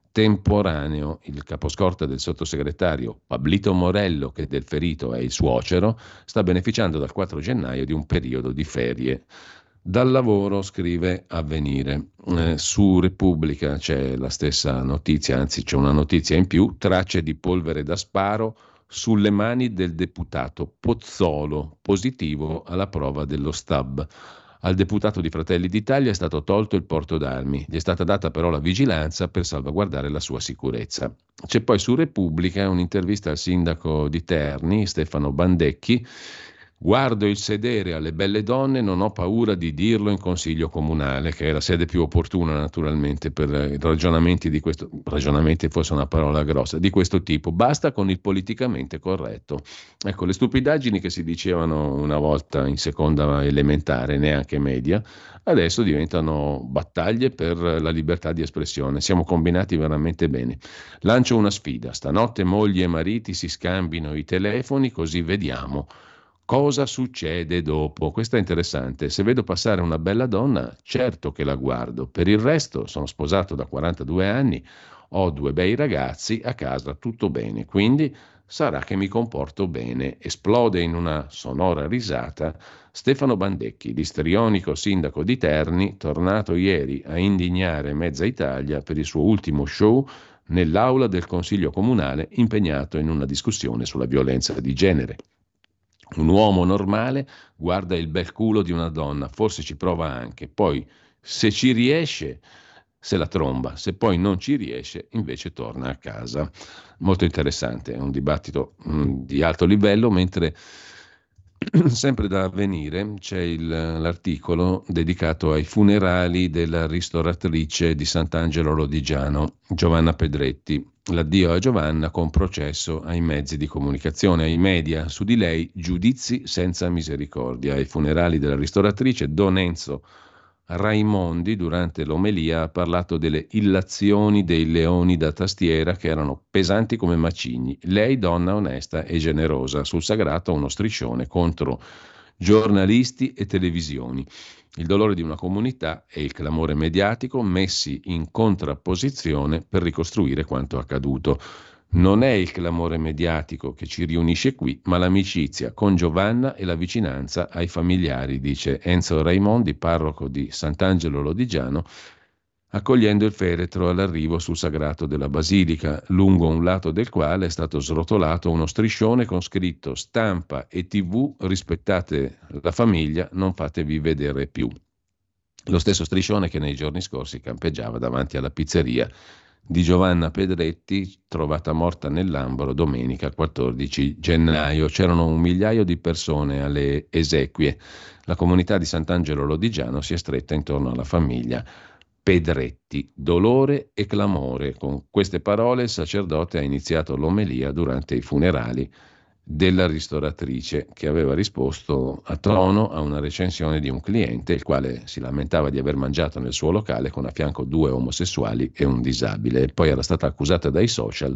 Speaker 2: temporaneo. Il caposcorta del sottosegretario Pablito Morello, che del ferito è il suocero, sta beneficiando dal quattro gennaio di un periodo di ferie dal lavoro, scrive Avvenire. Eh, su Repubblica c'è la stessa notizia, anzi c'è una notizia in più: tracce di polvere da sparo sulle mani del deputato Pozzolo, positivo alla prova dello stab. Al deputato di Fratelli d'Italia è stato tolto il porto d'armi, gli è stata data però la vigilanza per salvaguardare la sua sicurezza. C'è poi su Repubblica un'intervista al sindaco di Terni, Stefano Bandecchi. Guardo il sedere alle belle donne, non ho paura di dirlo in consiglio comunale, che è la sede più opportuna naturalmente per ragionamenti di questo, ragionamenti forse una parola grossa, di questo tipo. Basta con il politicamente corretto. Ecco, le stupidaggini che si dicevano una volta in seconda elementare, neanche media, adesso diventano battaglie per la libertà di espressione. Siamo combinati veramente bene. Lancio una sfida: stanotte mogli e mariti si scambino i telefoni, così vediamo cosa succede dopo. Questo è interessante. Se vedo passare una bella donna, certo che la guardo. Per il resto sono sposato da quarantadue anni, ho due bei ragazzi, a casa tutto bene, quindi sarà che mi comporto bene. Esplode in una sonora risata Stefano Bandecchi, l'istrionico sindaco di Terni, tornato ieri a indignare mezza Italia per il suo ultimo show nell'aula del Consiglio Comunale, impegnato in una discussione sulla violenza di genere. Un uomo normale guarda il bel culo di una donna, forse ci prova anche, poi se ci riesce se la tromba, se poi non ci riesce invece torna a casa. Molto interessante, è un dibattito mh, di alto livello, mentre sempre da Avvenire c'è il, l'articolo dedicato ai funerali della ristoratrice di Sant'Angelo Lodigiano, Giovanna Pedretti. L'addio a Giovanna con processo ai mezzi di comunicazione, ai media, su di lei giudizi senza misericordia. Ai funerali della ristoratrice, Don Enzo Raimondi durante l'omelia ha parlato delle illazioni dei leoni da tastiera che erano pesanti come macigni. Lei, donna onesta e generosa, sul sagrato uno striscione contro giornalisti e televisioni. Il dolore di una comunità e il clamore mediatico messi in contrapposizione per ricostruire quanto accaduto. Non è il clamore mediatico che ci riunisce qui, ma l'amicizia con Giovanna e la vicinanza ai familiari, dice Enzo Raimondi, parroco di Sant'Angelo Lodigiano, accogliendo il feretro all'arrivo sul sagrato della basilica, lungo un lato del quale è stato srotolato uno striscione con scritto: stampa e tv, rispettate la famiglia, non fatevi vedere più. Lo stesso striscione che nei giorni scorsi campeggiava davanti alla pizzeria di Giovanna Pedretti, trovata morta nell'Ambro domenica quattordici gennaio. C'erano un migliaio di persone alle esequie. La comunità di Sant'Angelo Lodigiano si è stretta intorno alla famiglia Pedretti. Dolore e clamore. Con queste parole il sacerdote ha iniziato l'omelia durante i funerali della ristoratrice, che aveva risposto a tono a una recensione di un cliente, il quale si lamentava di aver mangiato nel suo locale con a fianco due omosessuali e un disabile. E poi era stata accusata dai social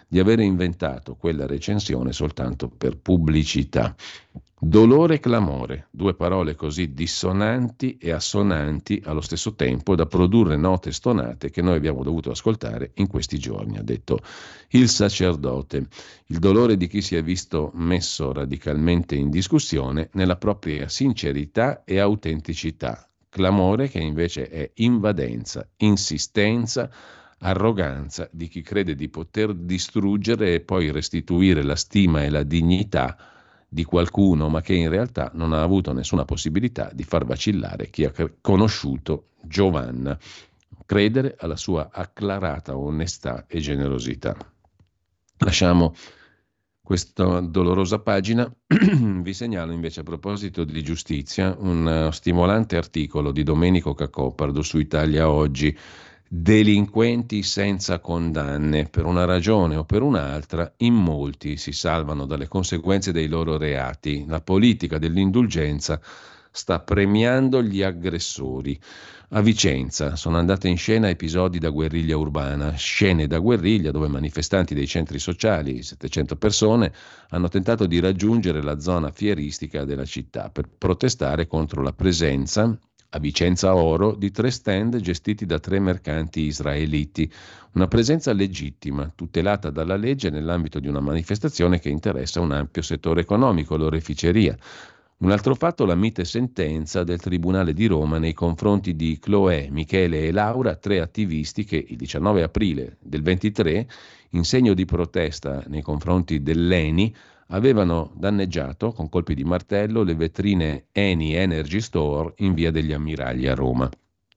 Speaker 2: di avere inventato quella recensione soltanto per pubblicità. Dolore e clamore, due parole così dissonanti e assonanti allo stesso tempo da produrre note stonate che noi abbiamo dovuto ascoltare in questi giorni, ha detto il sacerdote. Il dolore di chi si è visto messo radicalmente in discussione nella propria sincerità e autenticità. Clamore che invece è invadenza, insistenza, arroganza di chi crede di poter distruggere e poi restituire la stima e la dignità di qualcuno, ma che in realtà non ha avuto nessuna possibilità di far vacillare chi ha conosciuto Giovanna. Credere alla sua acclarata onestà e generosità. Lasciamo questa dolorosa pagina. Vi segnalo invece, a proposito di giustizia, un stimolante articolo di Domenico Cacopardo su Italia Oggi. Delinquenti senza condanne, per una ragione o per un'altra, in molti si salvano dalle conseguenze dei loro reati. La politica dell'indulgenza sta premiando gli aggressori. A Vicenza sono andate in scena episodi da guerriglia urbana, scene da guerriglia dove manifestanti dei centri sociali, settecento persone, hanno tentato di raggiungere la zona fieristica della città per protestare contro la presenza a Vicenza Oro di tre stand gestiti da tre mercanti israeliti, una presenza legittima, tutelata dalla legge nell'ambito di una manifestazione che interessa un ampio settore economico, l'oreficeria. Un altro fatto, la mite sentenza del Tribunale di Roma nei confronti di Chloé, Michele e Laura, tre attivisti che il diciannove aprile del ventitré, in segno di protesta nei confronti dell'Eni, avevano danneggiato con colpi di martello le vetrine Eni Energy Store in via degli Ammiragli a Roma.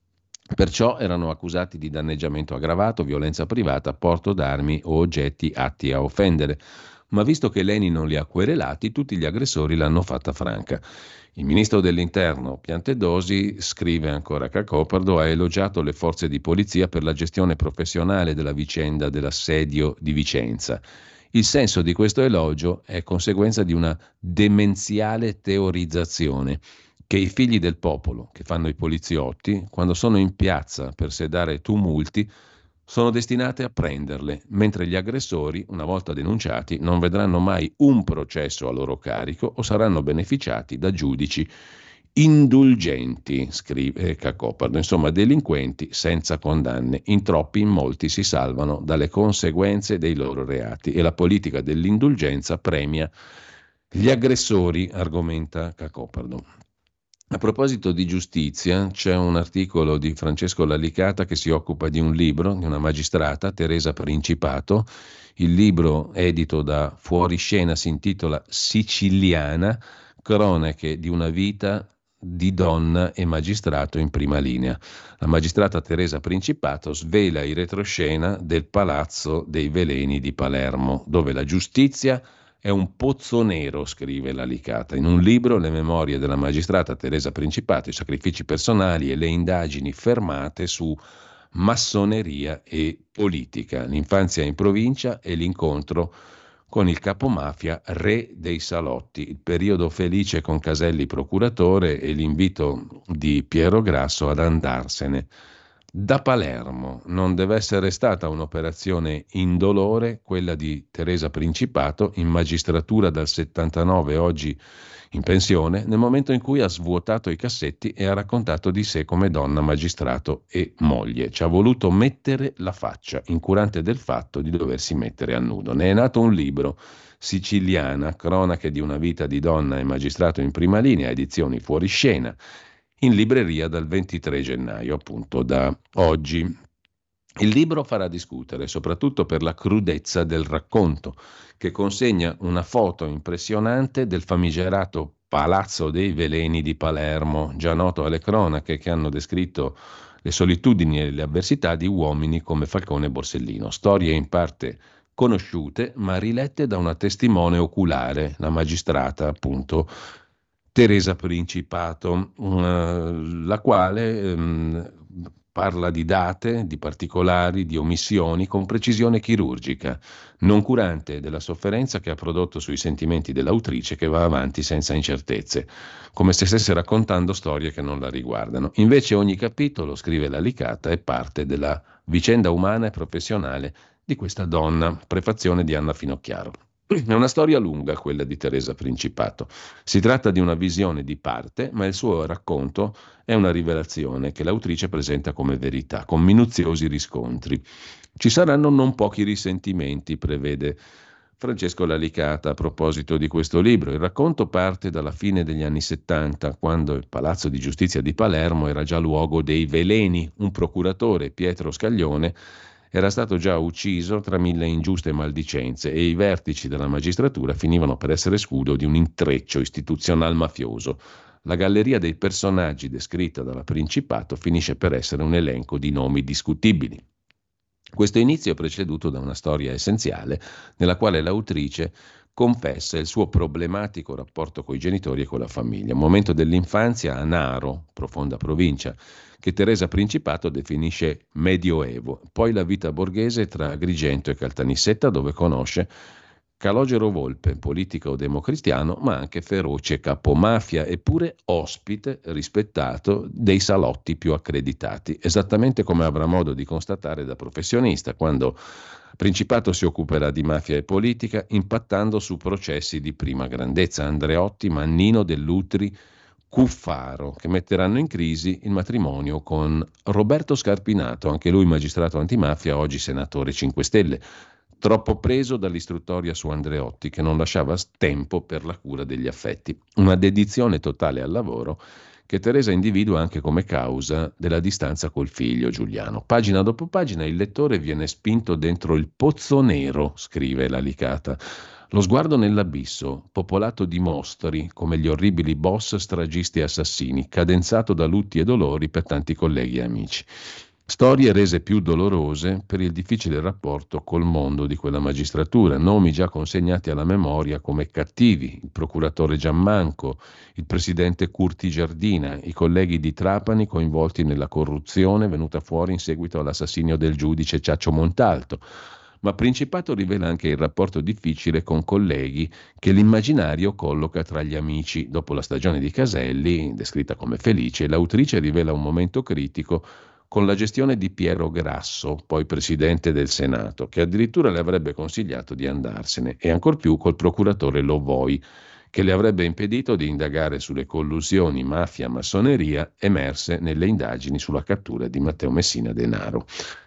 Speaker 2: Perciò erano accusati di danneggiamento aggravato, violenza privata, porto d'armi o oggetti atti a offendere. Ma visto che l'Eni non li ha querelati, tutti gli aggressori l'hanno fatta franca. Il ministro dell'Interno, Piantedosi, scrive ancora Cacopardo, ha elogiato le forze di polizia per la gestione professionale della vicenda dell'assedio di Vicenza. Il senso di questo elogio è conseguenza di una demenziale teorizzazione che i figli del popolo, che fanno i poliziotti, quando sono in piazza per sedare tumulti, sono destinate a prenderle, mentre gli aggressori, una volta denunciati, non vedranno mai un processo a loro carico o saranno beneficiati da giudici indulgenti, scrive Cacopardo. Insomma, delinquenti senza condanne. In troppi, in molti si salvano dalle conseguenze dei loro reati e la politica dell'indulgenza premia gli aggressori, argomenta Cacopardo. A proposito di giustizia, c'è un articolo di Francesco Lalicata che si occupa di un libro di una magistrata, Teresa Principato. Il libro, edito da Fuoriscena, si intitola Siciliana, cronache di una vita di donna e magistrato in prima linea. La magistrata Teresa Principato svela i retroscena del Palazzo dei Veleni di Palermo, dove la giustizia è un pozzo nero, scrive Lalicata. In un libro, le memorie della magistrata Teresa Principato, i sacrifici personali e le indagini fermate su massoneria e politica, l'infanzia in provincia e l'incontro con il capomafia re dei salotti, il periodo felice con Caselli procuratore e l'invito di Piero Grasso ad andarsene da Palermo. Non deve essere stata un'operazione indolore quella di Teresa Principato, in magistratura dal settantanove, oggi in pensione, nel momento in cui ha svuotato i cassetti e ha raccontato di sé come donna, magistrato e moglie. Ci ha voluto mettere la faccia, incurante del fatto di doversi mettere a nudo. Ne è nato un libro, Siciliana, cronache di una vita di donna e magistrato in prima linea, edizioni Fuoriscena, in libreria dal ventitré gennaio, appunto da oggi. Il libro farà discutere, soprattutto per la crudezza del racconto, che consegna una foto impressionante del famigerato Palazzo dei Veleni di Palermo, già noto alle cronache che hanno descritto le solitudini e le avversità di uomini come Falcone e Borsellino. Storie in parte conosciute, ma rilette da una testimone oculare, la magistrata, appunto, Teresa Principato, la quale um, parla di date, di particolari, di omissioni con precisione chirurgica, non curante della sofferenza che ha prodotto sui sentimenti dell'autrice, che va avanti senza incertezze, come se stesse raccontando storie che non la riguardano. Invece ogni capitolo, scrive Lalicata, è parte della vicenda umana e professionale di questa donna. Prefazione di Anna Finocchiaro. È una storia lunga quella di Teresa Principato. Si tratta di una visione di parte, ma il suo racconto è una rivelazione che l'autrice presenta come verità, con minuziosi riscontri. Ci saranno non pochi risentimenti, prevede Francesco Lalicata a proposito di questo libro. Il racconto parte dalla fine degli anni settanta, quando il Palazzo di Giustizia di Palermo era già luogo dei veleni. Un procuratore, Pietro Scaglione, era stato già ucciso tra mille ingiuste maldicenze e i vertici della magistratura finivano per essere scudo di un intreccio istituzional mafioso. La galleria dei personaggi descritta dalla Principato finisce per essere un elenco di nomi discutibili. Questo inizio è preceduto da una storia essenziale nella quale l'autrice confessa il suo problematico rapporto con i genitori e con la famiglia, un momento dell'infanzia a Naro, profonda provincia, che Teresa Principato definisce medioevo, poi la vita borghese tra Agrigento e Caltanissetta, dove conosce Calogero Volpe, politico democristiano, ma anche feroce capomafia, eppure ospite rispettato dei salotti più accreditati, esattamente come avrà modo di constatare da professionista, quando Principato si occuperà di mafia e politica, impattando su processi di prima grandezza, Andreotti, Mannino, Dell'Utri, Cuffaro, che metteranno in crisi il matrimonio con Roberto Scarpinato, anche lui magistrato antimafia, oggi senatore cinque Stelle, troppo preso dall'istruttoria su Andreotti, che non lasciava tempo per la cura degli affetti. Una dedizione totale al lavoro che Teresa individua anche come causa della distanza col figlio Giuliano. Pagina dopo pagina il lettore viene spinto dentro il pozzo nero, scrive Lalicata. Lo sguardo nell'abisso, popolato di mostri, come gli orribili boss stragisti e assassini, cadenzato da lutti e dolori per tanti colleghi e amici. Storie rese più dolorose per il difficile rapporto col mondo di quella magistratura, nomi già consegnati alla memoria come cattivi, il procuratore Giammanco, il presidente Curti Giardina, i colleghi di Trapani coinvolti nella corruzione venuta fuori in seguito all'assassinio del giudice Ciaccio Montalto. Ma Principato rivela anche il rapporto difficile con colleghi che l'immaginario colloca tra gli amici. Dopo la stagione di Caselli, descritta come felice, l'autrice rivela un momento critico con la gestione di Piero Grasso, poi presidente del Senato, che addirittura le avrebbe consigliato di andarsene, e ancor più col procuratore Lovoi, che le avrebbe impedito di indagare sulle collusioni mafia-massoneria emerse nelle indagini sulla cattura di Matteo Messina Denaro.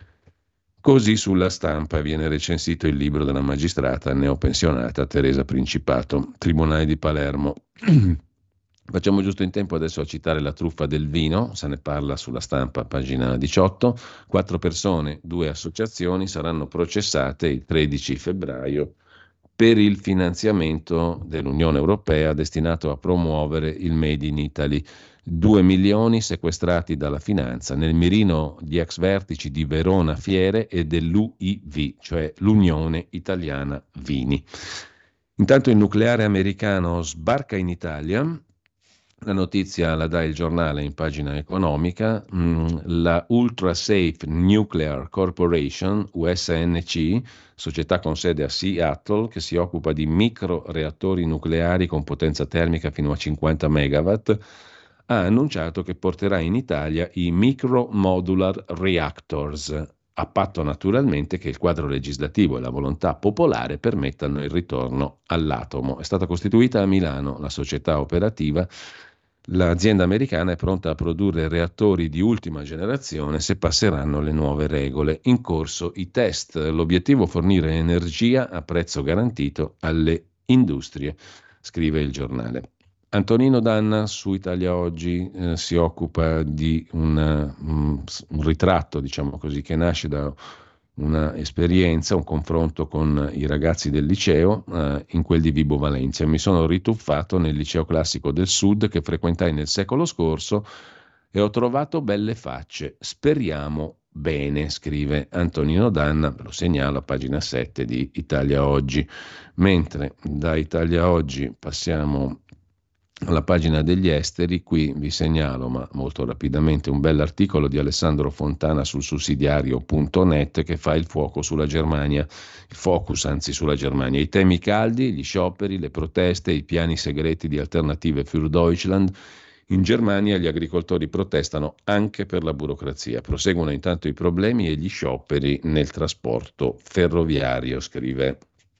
Speaker 2: Così sulla Stampa viene recensito il libro della magistrata neopensionata Teresa Principato, Tribunale di Palermo. Facciamo giusto in tempo adesso a citare la truffa del vino, se ne parla sulla Stampa, pagina diciotto. Quattro persone, due associazioni saranno processate il tredici febbraio per il finanziamento dell'Unione Europea destinato a promuovere il Made in Italy. Due milioni sequestrati dalla finanza nel mirino di ex vertici di Verona Fiere e dell'U I V, cioè l'Unione Italiana Vini. Intanto il nucleare americano sbarca in Italia. La notizia la dà il giornale in pagina economica. La Ultra Safe Nuclear Corporation, U S N C, società con sede a Seattle, che si occupa di microreattori nucleari con potenza termica fino a cinquanta megawatt, ha annunciato che porterà in Italia i Micro Modular Reactors, a patto naturalmente che il quadro legislativo e la volontà popolare permettano il ritorno all'atomo. È stata costituita a Milano la società operativa. L'azienda americana è pronta a produrre reattori di ultima generazione se passeranno le nuove regole. In corso i test. L'obiettivo è fornire energia a prezzo garantito alle industrie, scrive il giornale. Antonino Danna su Italia Oggi eh, si occupa di una, um, un ritratto, diciamo così, che nasce da una esperienza, un confronto con i ragazzi del liceo eh, in quel di Vibo Valentia. Mi sono rituffato nel liceo classico del Sud che frequentai nel secolo scorso e ho trovato belle facce. Speriamo bene, scrive Antonino Danna, lo segnalo a pagina sette di Italia Oggi. Mentre da Italia Oggi passiamo alla pagina degli esteri, qui vi segnalo, ma molto rapidamente, un bell'articolo di Alessandro Fontana sul sussidiario punto net che fa il fuoco sulla Germania, il focus anzi sulla Germania, i temi caldi, gli scioperi, le proteste, i piani segreti di Alternative für Deutschland, In Germania gli agricoltori protestano anche per la burocrazia. Proseguono intanto i problemi e gli scioperi nel trasporto ferroviario, scrive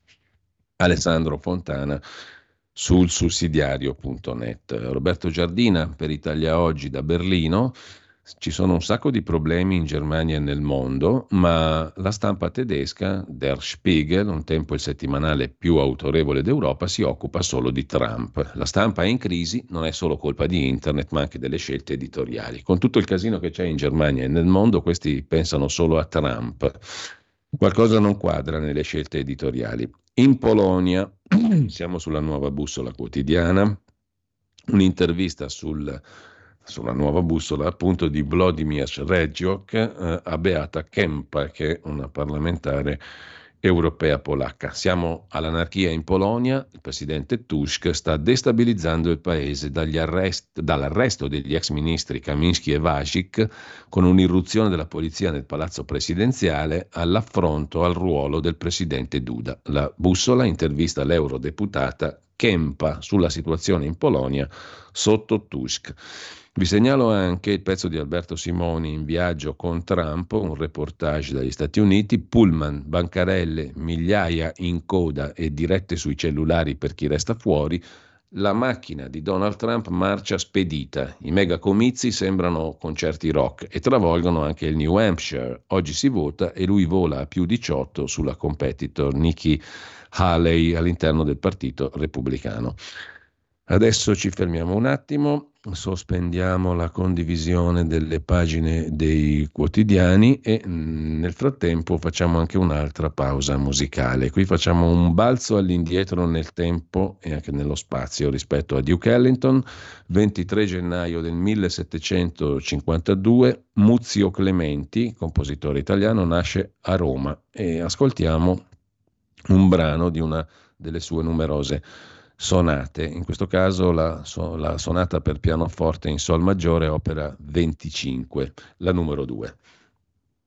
Speaker 2: Alessandro Fontana sul sussidiario punto net. Roberto Giardina per Italia Oggi da Berlino. Ci sono un sacco di problemi in Germania e nel mondo, ma la stampa tedesca, Der Spiegel, un tempo il settimanale più autorevole d'Europa, si occupa solo di Trump. La stampa è in crisi, non è solo colpa di internet, ma anche delle scelte editoriali. Con tutto il casino che c'è in Germania e nel mondo, questi pensano solo a Trump. Qualcosa non quadra nelle scelte editoriali. In Polonia, siamo sulla Nuova Bussola Quotidiana, un'intervista sul sulla Nuova Bussola appunto di Włodzimierz Regiok eh, a Beata Kempa, che è una parlamentare europea polacca. Siamo all'anarchia in Polonia, il presidente Tusk sta destabilizzando il paese dagli arrest, dall'arresto degli ex ministri Kamiński e Vacik, con un'irruzione della polizia nel palazzo presidenziale, all'affronto al ruolo del presidente Duda. La Bussola intervista l'eurodeputata Kempa sulla situazione in Polonia sotto Tusk. Vi segnalo anche il pezzo di Alberto Simoni in viaggio con Trump, un reportage dagli Stati Uniti, pullman, bancarelle, migliaia in coda e dirette sui cellulari per chi resta fuori. La macchina di Donald Trump marcia spedita, i mega comizi sembrano concerti rock e travolgono anche il New Hampshire. Oggi si vota e lui vola a più diciotto sulla competitor Nikki Haley all'interno del Partito Repubblicano. Adesso ci fermiamo un attimo, sospendiamo la condivisione delle pagine dei quotidiani e mh, nel frattempo facciamo anche un'altra pausa musicale. Qui facciamo un balzo all'indietro nel tempo e anche nello spazio rispetto a Duke Ellington. ventitré gennaio del millesettecentocinquantadue, Muzio Clementi, compositore italiano, nasce a Roma e ascoltiamo un brano di una delle sue numerose sonate, in questo caso la, so, la sonata per pianoforte in sol maggiore, opera venticinque, la numero due.